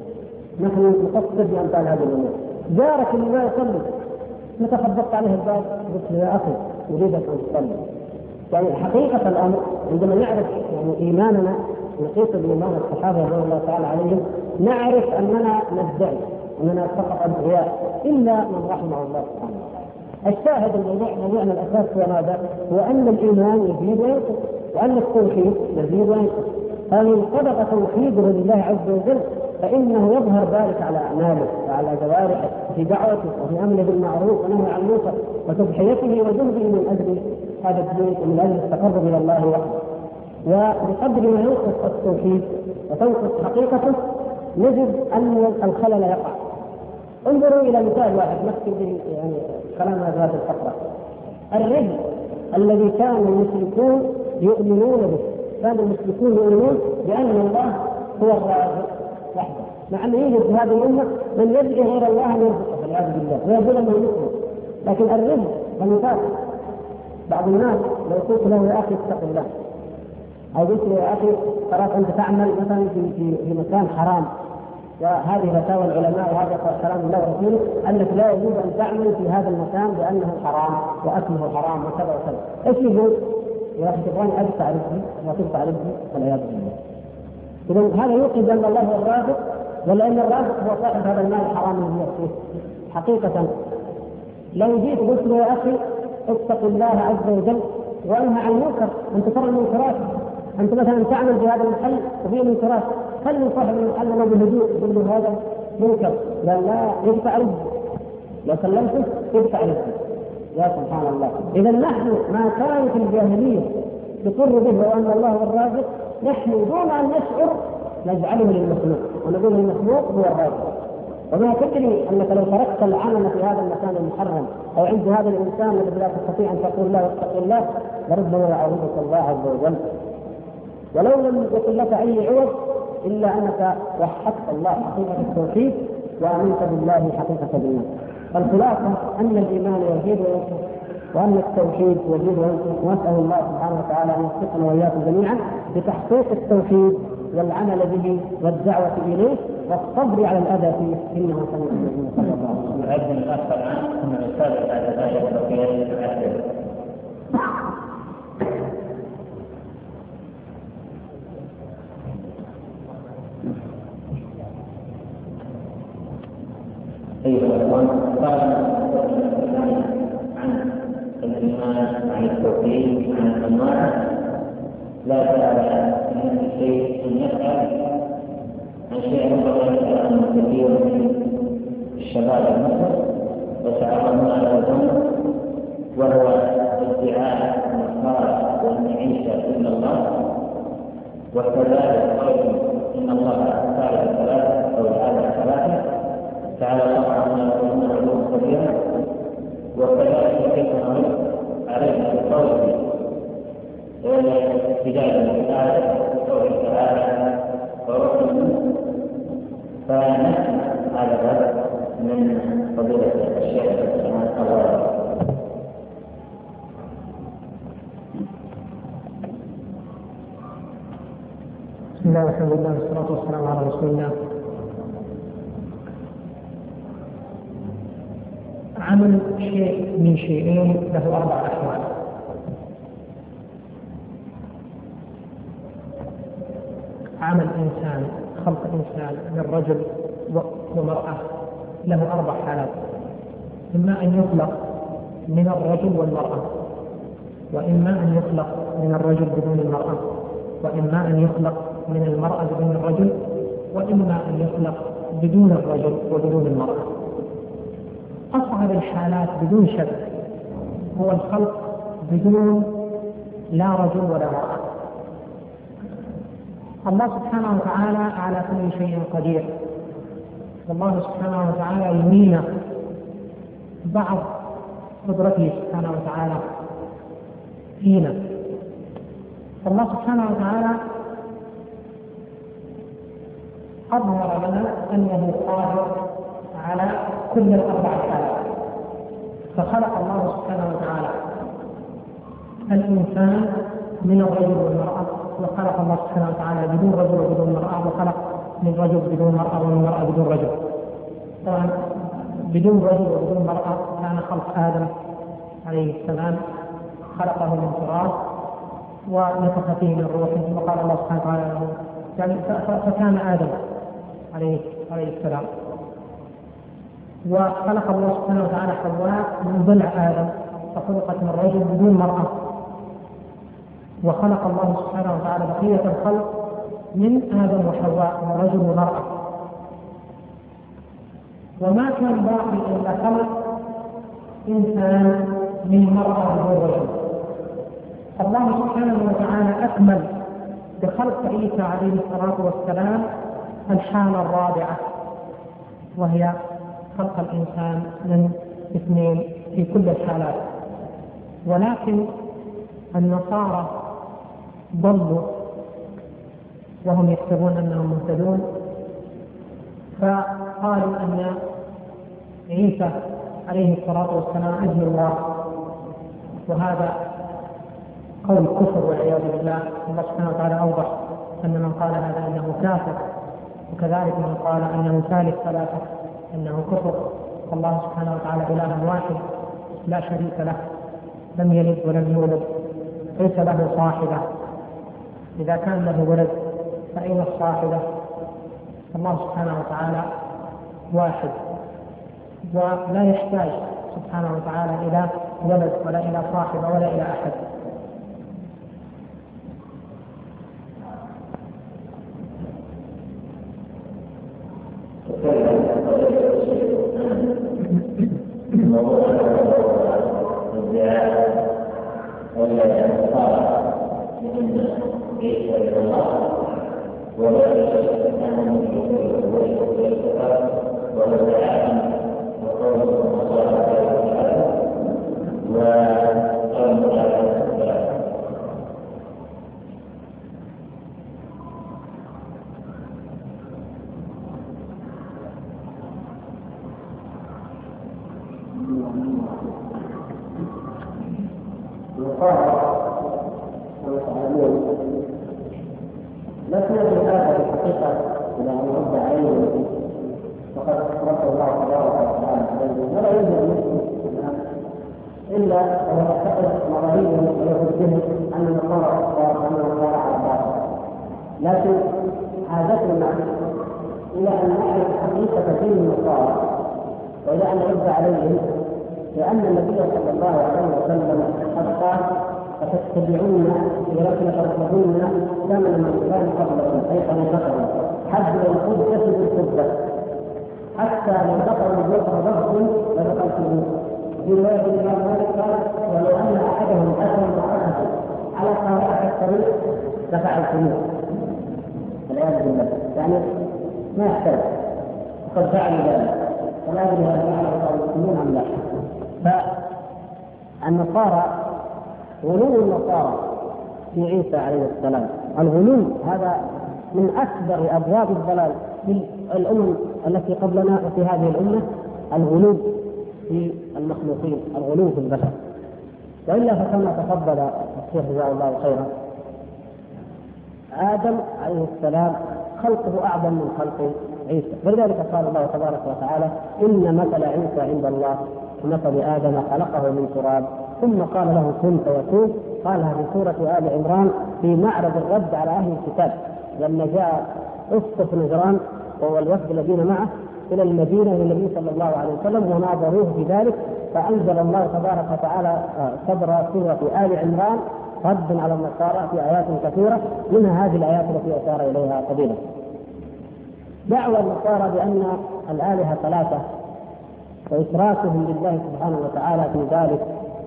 نحن نقصد بامثال هذه الامور. جارك اللي ما يصلي متى خبطت عليه الباب قلت له يا اخي اريدك ان تصلي، يعني حقيقه الامر عندما نعرف يعني ايماننا نقيس بايمان الصحابه رضي الله تعالى عليهم، نعرف اننا ندعي اننا فقط ادعياء الا من رحمه الله سبحانه وتعالى. الشاهد موضوعنا الاساس هو ماذا؟ هو ان الايمان يزيد وينقص، وان التوحيد يزيد وينقص، فمن سبق توحيده لله عز وجل فإنه يظهر ذلك على أعماله وعلى جوارحه في دعوته وفي أمره بالمعروف ونهي عن المنكر وتضحيته وجهده من أجل هذا الدين ومن أجل التقرب إلى الله وحده. وبقدر ما ينقص التوحيد وتنقص حقيقته نجد أن الخلل يقع. انظروا إلى مثال واحد نختم به يعني كلامنا في هذه الفقرة. الرزق الذي كان المشركون يؤمنون به، كان المشركون يؤمنون بأن الله هو الرازق وحده، مع أن يوجد في هذه الأمة من يدعي غير الله أن يرزقه والعياذ بالله ويقول أنه مسلم. لكن الرزق والمثال بعض الناس لو قلت له يا أخي اتق الله، أو قلت له يا أخي خلاص أنت تعمل مثلا في مكان حرام، وهذه فتاوى العلماء وهذا كلام الله ورسوله أنك لا يجوز أن تعمل في هذا المكان لأنه حرام وأكله حرام وكذا وكذا، إيش يقول؟ يا أخي تبغاني أدفع رزقي وتدفع رزقي والعياذ بالله. إذا هذا يوقظ أن الله هو الرازق ولا أن الرازق هو صاحب هذا المال الحرام الذي يأتيه؟ حقيقة لو جيت قلت له يا أخي اتق الله عز وجل وانهى عن المنكر، انت ترى المنكرات، انت مثلا تعمل في هذا المحل وفيه منكرات، خلي صاحب المحل له بهدوء يقول له هذا منكر، لا يدفع رزقه، لو سلمته يدفع رزقه. يا سبحان الله. اذا نحن ما كانت الجاهليه تقر به وان الله هو الرازق، نحن دون ان نشعر نجعله للمخلوق ونقول المخلوق هو الرازق. وما تدري انك لو تركت العمل في هذا المكان المحرم او عند هذا الانسان الذي لا تستطيع ان تقول له واتق الله لربما يعوضك الله عز وجل، ولو لم يكن لك اي عوض الا انك وحدت الله حقيقه التوحيد وامنت بالله حقيقه الايمان. الخلاصه ان الايمان يزيد وينقص وان التوحيد يزيد وينقص، ونسال الله سبحانه وتعالى ان يوفقنا واياكم جميعا بتحقيق التوحيد والعمل به والدعوه اليه والصبر على الاذى فيه، انه سميع عليم. صلى الله عليه وسلم. يؤذن الاخ الان ثم يتابع بعد ذلك بقيه الاسئله. ايها الاخوان، قال عن الايمان، عن التوحيد، عن الانواع، لا تعالى من الشيء ان يسال عن شيء ينبغي أن كثير من الشباب المسلم يتعرضون على الذنب، وهو ادعاء النصارى وأن يعيش إلا الله، وكذلك قول إن الله تعالى ثلاثة أو تعالى ثلاثة، تعالى الله عما يقولون علوم كثيرة، وكذلك كيف نرد علينا بقوله بداية الآية قوله تعالى ورسله، فنسمع هذا من فضيلة الشيخ الله. بسم الله والحمد لله والصلاة والسلام على رسول الله. عمل شيء من شيئين له 4 أحوال. عمل إنسان، خلق إنسان من رجل ومرأة له 4 حالات: إما أن يخلق من الرجل والمرأة، وإما أن يخلق من الرجل بدون المرأة، وإما أن يخلق من المرأة بدون الرجل، وإما أن يخلق بدون الرجل وبدون المرأة. أصعب الحالات بدون شك هو الخلق بدون لا رجل ولا مرأة. الله سبحانه وتعالى على كل شيء قدير، والله سبحانه وتعالى يرينا بعض قدرته سبحانه وتعالى فينا. الله سبحانه وتعالى أظهر لنا أنه قادر على كل 4 حالات، فخلق الله سبحانه وتعالى الإنسان من الرجل والمرأة، وخلق الله سبحانه وتعالى بدون رجل وبدون مرأة، وخلق من رجل بدون مرأة ومن مرأة بدون رجل. طبعا بدون رجل وبدون مرأة كان خلق آدم عليه السلام، خلقه من تراب ونفخ فيه من روحه، وقال الله سبحانه وتعالى له يعني فكان آدم عليه السلام. وخلق الله سبحانه وتعالى حواء من ضلع آدم فخلقت من رجل بدون مرأة، وخلق الله سبحانه وتعالى بقية الخلق من آدم وحواء من رجل ومرأة، وما كان باقي إلا خلق إنسان من مرأة بدون رجل. الله سبحانه وتعالى أكمل بخلق عيسى عليه الصلاة والسلام الحالة الرابعة، وهي خلق الإنسان من 2 في كل الحالات. ولكن النصارى ضلوا وهم يحسبون أنهم مهتدون، فقالوا أن عيسى عليه الصلاة والسلام ابن الله، وهذا قول كفر والعياذ بالله. الله سبحانه وتعالى أوضح أن من قال هذا أنه كافر، وكذلك من قال أنه ثالث ثلاثة أنه كفر. فالله سبحانه وتعالى إله واحد لا شريك له، لم يلد ولم يولد ليس له صاحبة. إذا كان له ولد فأين الصاحبة؟ الله سبحانه وتعالى واحد ولا يحتاج سبحانه وتعالى إلى ولد ولا إلى صاحبة ولا إلى أحد. لكن هذا الحقيقة إلى أن يرد عليه فقد رد الله تبارك وتعالى عليه ولا يوجد مسلم إلا ويعتقد مغاربه ويردهم أن النصارى أكبر وأن النصارى على الباطل. لكن حاجتنا إلى أن نعرف حقيقة دين النصارى وإلى أن نرد عليهم، لأن النبي صلى الله عليه وسلم قد قال: فتتبعون سيرتنا فتتبعون ثمن من كان قبلكم أي قبلكم حد القدة بالقدة حتى لو دخلوا الجوع ضغط لدخلتموه. في رواية الإمام مالك قال: ولو أن أحدهم أتى امرأته على قارعة الطريق لفعلتموه. والعياذ بالله، يعني ما يحتاج وقد فعلوا ذلك، ولا أدري هل يعرف المسلمون أم لا. فالنصارى غلو النصارى في عيسى عليه السلام، الغلو هذا من أكبر أبواب الضلال في الأمم التي قبلنا وفي هذه الأمة، الغلو في المخلوقين، الغلو في البشر. وإلا فكما تفضل الشيخ جزاه الله خيرا، آدم عليه السلام خلقه أعظم من خلق عيسى، ولذلك قال الله تبارك وتعالى: إن مثل عيسى عند الله كمثل آدم خلقه من تراب ثم قال له كن فيكون. قالها في سورة آل عمران في معرض الرد على أهل الكتاب لما جاء أسقف نجران وهو الوفد الذين معه إلى المدينة للنبي صلى الله عليه وسلم وناظروه في ذلك، فأنزل الله تبارك وتعالى صدر سورة آل عمران رد على النصارى في آيات كثيرة، منها هذه الآيات التي أشار إليها قبيلا. دعوى النصارى بأن الآلهة ثلاثة وإشراكهم بالله سبحانه وتعالى في ذلك،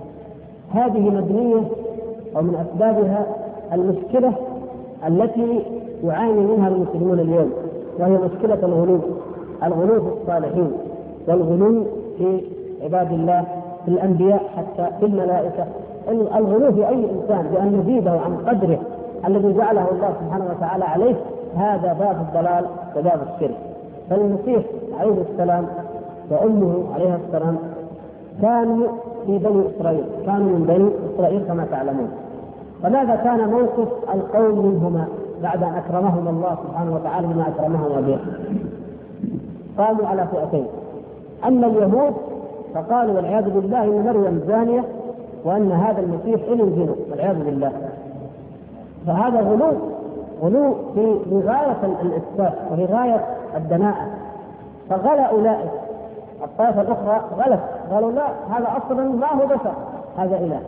هذه مبنية أو من أسبابها المشكلة التي يعاني منها المسلمون اليوم، وهي مشكلة الغلو في الصالحين والغلو في عباد الله، في الأنبياء حتى في الملائكة، الغلو في أي إنسان بأن نزيده عن قدره الذي جعله الله سبحانه وتعالى عليه، هذا باب الضلال وباب الشرك. فالمسيح عليه السلام وأمه عليها السلام كانوا في بني إسرائيل، كانوا من بني إسرائيل كما تعلمون. فماذا كان موقف القوم منهما بعد أن أكرمهم الله سبحانه وتعالى بما أكرمهم به؟ قاموا على فئتين: أما اليهود فقالوا والعياذ بالله إن مريم زانية وأن هذا المسيح إلى زنا والعياذ بالله. فهذا غلو في غاية الإسفاف وفي غاية الدناءة. فغلى أولئك الطائفة الأخرى غلت، قالوا لا، هذا أصلا ما هو بشر، هذا إله.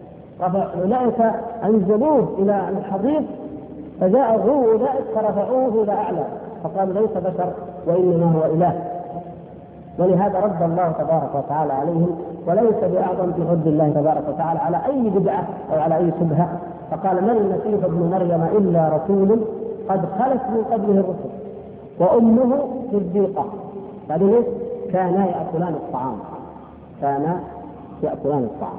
أولئك أنزلوه إلى الحضيض فجاء غلو أولئك فرفعوه إلى أعلى فقالوا ليس بشر وإنما هو إله. ولهذا رد الله تبارك وتعالى عليهم، وليس بأعظم في رد الله تبارك وتعالى على أي بدعة أو على أي شبهة. فقال: ما المسيح ابن مريم إلا رسول قد خلت من قبله الرسل وأمه صديقة. هذه كانا يأكلان الطعام. كانا يأكلان الطعام.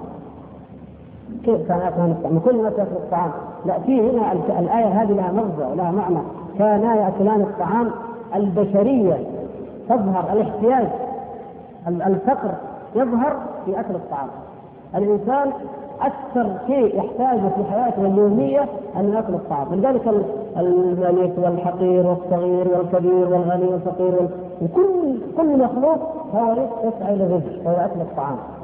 كيف كانا يأكلان الطعام؟ كل ما تأكل الطعام، لا، في هنا الآية هذه لها مغزى ولها معنى. كانا يأكلان الطعام، البشرية تظهر، الاحتياج الفقر يظهر في أكل الطعام. الإنسان أكثر شيء يحتاجه في حياته اليومية أن يأكل الطعام. لذلك الملك والحقير والصغير والكبير والغني والفقير وكل مخلوق هو يسعى إلى الرزق وهو أكل الطعام.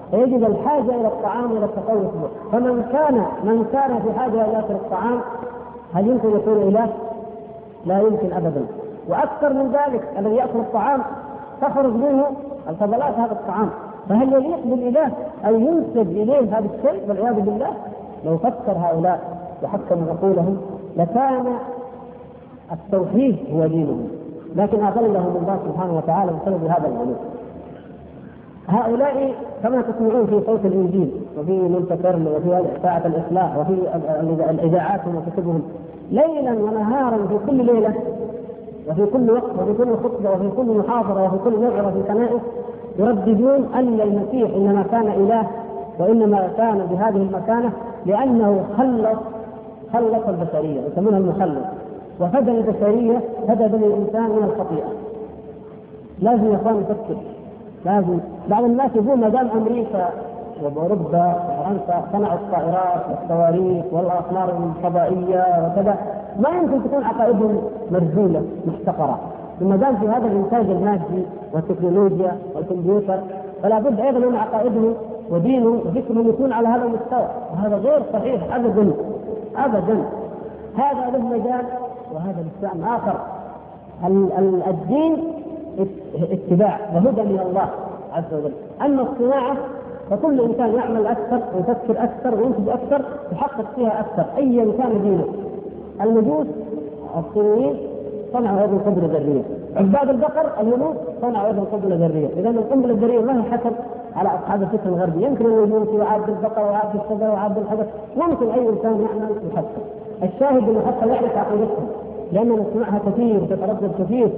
فيجد الحاجة إلى الطعام إلى التقوس به. من كان في حاجة إلى أكل الطعام هل يمكن يكون إله؟ لا يمكن أبدا. وأكثر من ذلك الذي يأكل الطعام تخرج منه الفضلات هذا الطعام، فهل يليق بالإله أن ينسب إليه هذا الشيء والعياذ بالله؟ لو فكر هؤلاء وحكموا عقولهم لكان التوحيد هو دينهم، لكن أضلهم الله سبحانه وتعالى بسبب هذا الغلو. هؤلاء كما تسمعون في صوت الإنجيل وفي منتشر وفي ساعة الإصلاح وفي الإذاعات وكتبهم ليلا ونهارا في كل ليلة وفي كل وقت وفي كل خطبة وفي كل محاضرة وفي كل موعظة في كنائس يرددون أن المسيح إنما كان إله وإنما كان بهذه المكانة لأنه خلص البشرية، يسمونها المخلص، وفدى البشرية، فدى بني الإنسان من الخطيئة. لازم يا اخوان نفكر، لازم. بعض الناس يقول ما دام أمريكا وأوروبا وفرنسا صنعوا الطائرات والصواريخ والأقمار الفضائية وكذا ما يمكن تكون عقائدهم مرزولة محتقرة. وما دام في هذا الإنتاج المادي والتكنولوجيا والكمبيوتر فلا بد أيضا أن عقائدهم ودينهم وفكرهم يكون على هذا المستوى، وهذا غير صحيح أبدا أبدا. هذا له مجال وهذا لسان آخر. الدين اتباع وهدى من الله عز وجل. أما الصناعة فكل إنسان يعمل أكثر ويفكر أكثر وينتج أكثر يحقق فيها أكثر أيا كان دينه. المجوس الصينيين صنعوا أيضا قنبلة ذرية، عباد البقر الهنود صنعوا أيضا قنبلة ذرية. إذا القنبلة الذرية ما هي حسب على أصحاب الفكر الغربي. يمكن أن يموت وعبد البقر وعبد الشجر وعبد الحجر، ممكن أي إنسان يعمل يحصل. الشاهد أنه حتى يعرف عقيدتهم لأننا نسمعها كثير وتتردد كثير.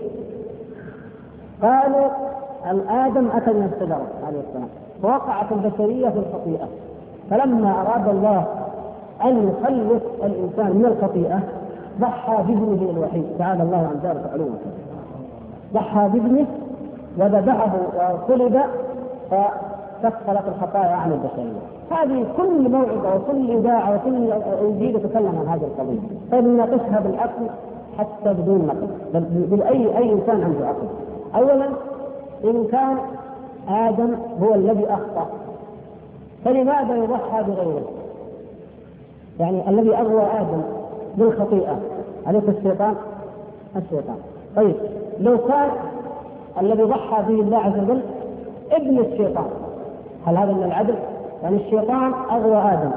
قالوا آدم أتى من الشجرة عليه السلام فوقعت البشرية في الخطيئة، فلما أراد الله أن يخلص الإنسان من الخطيئة ضحى بابنه الوحيد، تعالى الله عن ذلك علوا، ضحى بابنه وذبحه وصلب فكفلت الخطايا عن البشرية. هذه كل موعظة وكل إذاعة وكل إنجيل يتكلم عن هذه القضية. طيب نناقشها بالعقل حتى بدون نقل، بل أي إنسان عنده عقل. أولا إن كان آدم هو الذي أخطأ فلماذا يضحى بغيره؟ يعني الذي أغوى آدم بالخطيئة عليك الشيطان. طيب لو كان الذي ضحى به الله عز وجل ابن الشيطان هل هذا من العدل؟ يعني الشيطان أغوى آدم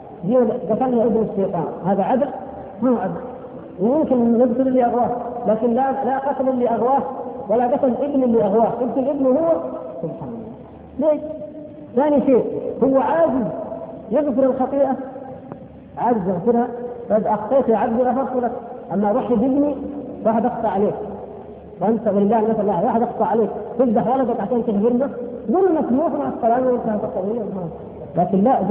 قتلنا ابن الشيطان، هذا عدل؟ ما هو عدل. وممكن نقتل اللي أغواه لكن لا قتل اللي أغواه ولا قتل ابن اللي أغواه، قتل ابنه هو. سبحان الله. ليش؟ ثاني شيء هو عاجز يغفر الخطيئة، عاجز يغفرها. فإذا أخطيت يا عبدي غفرت لك، أما ضحي بابني واحد أخطأ عليك وأنت ولله مثلا واحد أخطأ عليك تذبح ولدك عشان تغفر له، قول مسموح مع السلامة وانتهت القضية. لكن لا،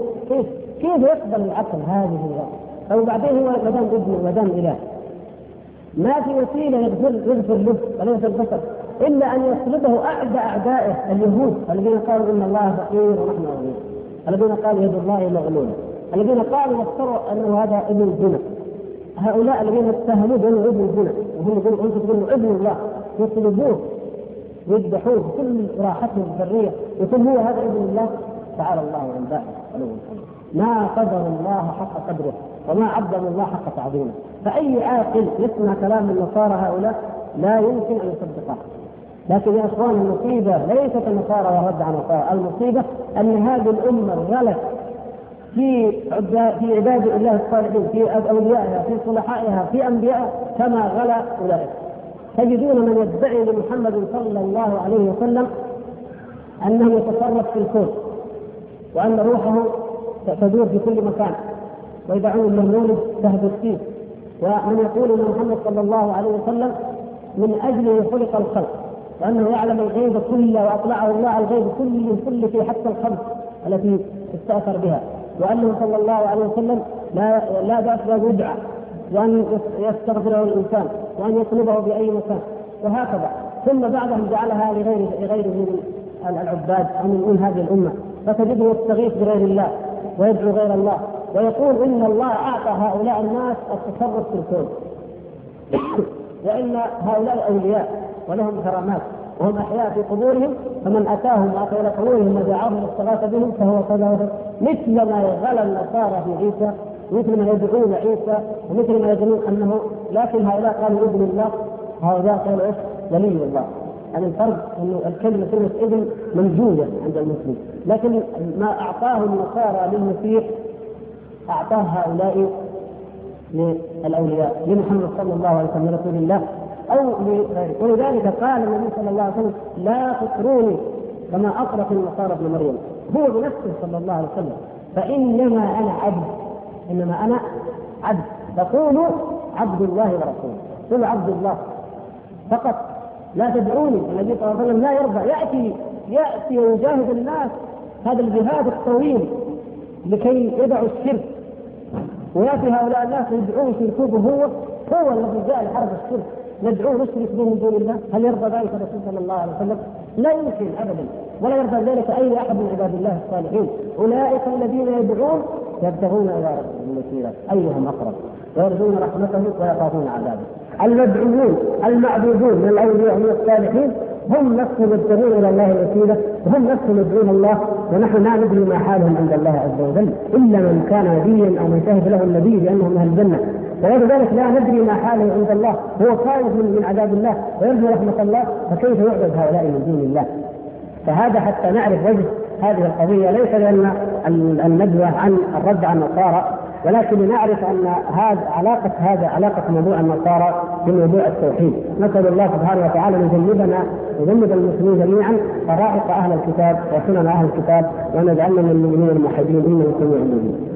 كيف يقبل العقل هذه الغفرة؟ أو بعدين هو مدام ابن ومدام إله ما في وسيلة يغفر له وليس البشر إلا أن يصلبه أعدائه اليهود الذين قالوا إن الله فقير ونحن أغنياء، الذين قالوا يد الله مغلولة، الذين قالوا وافتروا أنه هذا ابن الزنا. هؤلاء الذين اتهموه بأنه ابن الزنا وهم يقولوا أنتم تقولوا ابن الله، يصلبوه ويذبحوه بكل راحته البرية يقول هو هذا ابن الله. تعالى الله عن ذلك. ما قدر الله حق قدره وما عظم الله حق تعظيمه. فأي عاقل يسمع كلام النصارى هؤلاء لا يمكن أن يصدقه. لكن يا اخوان المصيبة ليست النصارى والرد عن النصارى، المصيبة أن هذه الأمة غلت في عباد الله الصالحين، في أوليائها، في صلحائها، في أنبيائها كما غلا أولئك. تجدون من يدعي لمحمد صلى الله عليه وسلم أنه يتصرف في الكون وأن روحه تدور في كل مكان ويدعون له مولد تهدف فيه، ومن يقول ان محمد صلى الله عليه وسلم من اجله خلق الخلق وانه يعلم الغيب كله واطلعه الله على الغيب كله في حتى الخمس التي استاثر بها، وانه صلى الله عليه وسلم لا باس له يدعى وان يستغفره الانسان وان يطلبه باي مكان وهكذا. ثم بعدهم جعلها لغيره من العباد او من هذه الامه، فتجده يستغيث بغير الله ويدعو غير الله ويقول إن الله أعطى هؤلاء الناس التصرف في الكون وإن هؤلاء أولياء ولهم كرامات وهم أحياء في قبورهم، فمن أتاهم وأتى إلى قبورهم ودعاهم واستغاث بهم فهو كذا، مثل ما غلا النصارى في عيسى، مثل ما يدعون عيسى، ومثل ما يدعون أنه، لكن هؤلاء قالوا ابن الله، هؤلاء قالوا إيش؟ ولي الله. يعني الفرق أنه كلمة ابن موجودة عند المسلم، لكن ما أعطاه النصارى للمسيح أعطاه هؤلاء للأولياء، لمحمد صلى الله عليه وسلم رسول الله أو لغيره. ولذلك قال النبي صلى الله عليه وسلم لا تطروني كما أطرق النصارى ابن مريم، هو بنفسه صلى الله عليه وسلم، فإنما أنا عبد، إنما أنا عبد، فقولوا عبد الله ورسوله، قولوا عبد الله فقط، لا تدعوني. النبي صلى الله عليه وسلم لا يرضى يأتي ويجاهد الناس هذا الجهاد الطويل لكي يدعوا الشرك، ويأتي هؤلاء الناس يدعون شركوه، هو الذي جاء لحرب الشرك، ندعوه نشرك به من دون الله. هل يرضى ذلك الرسول صلى الله عليه وسلم؟ لا يمكن أبدا، ولا يرضى ذلك أي أحد من عباد الله الصالحين. أولئك الذين يدعون يبتغون إلى ربهم الوسيلة أيهم أقرب ويرجون رحمته ويخافون عذابه. المدعوون المعبودون من الأولياء من الصالحين هم نفسهم يبتغون إلى الله الوسيلة، وهم نفسهم يدعون الله، ونحن لا ندري ما حالهم عند الله عز وجل إلا من كان نبيا أو من شهد له النبي بأنه من أهل الجنة، ولذلك لا ندري ما حاله عند الله، هو خائف من عذاب الله ويرجو رحمة الله، فكيف يعبد هؤلاء من دون الله؟ فهذا حتى نعرف وجه هذه القضية، ليس لأن الندوة عن الرد عن النصارى، ولكن لنعرف أن هذا علاقة موضوع النصارى بموضوع التوحيد. نسأل الله سبحانه وتعالى أن يجنب المسلمين جميعا طرائق أهل الكتاب وسنن أهل الكتاب، وأن يجعلنا من المؤمنين الموحدين إنه سميع مبين.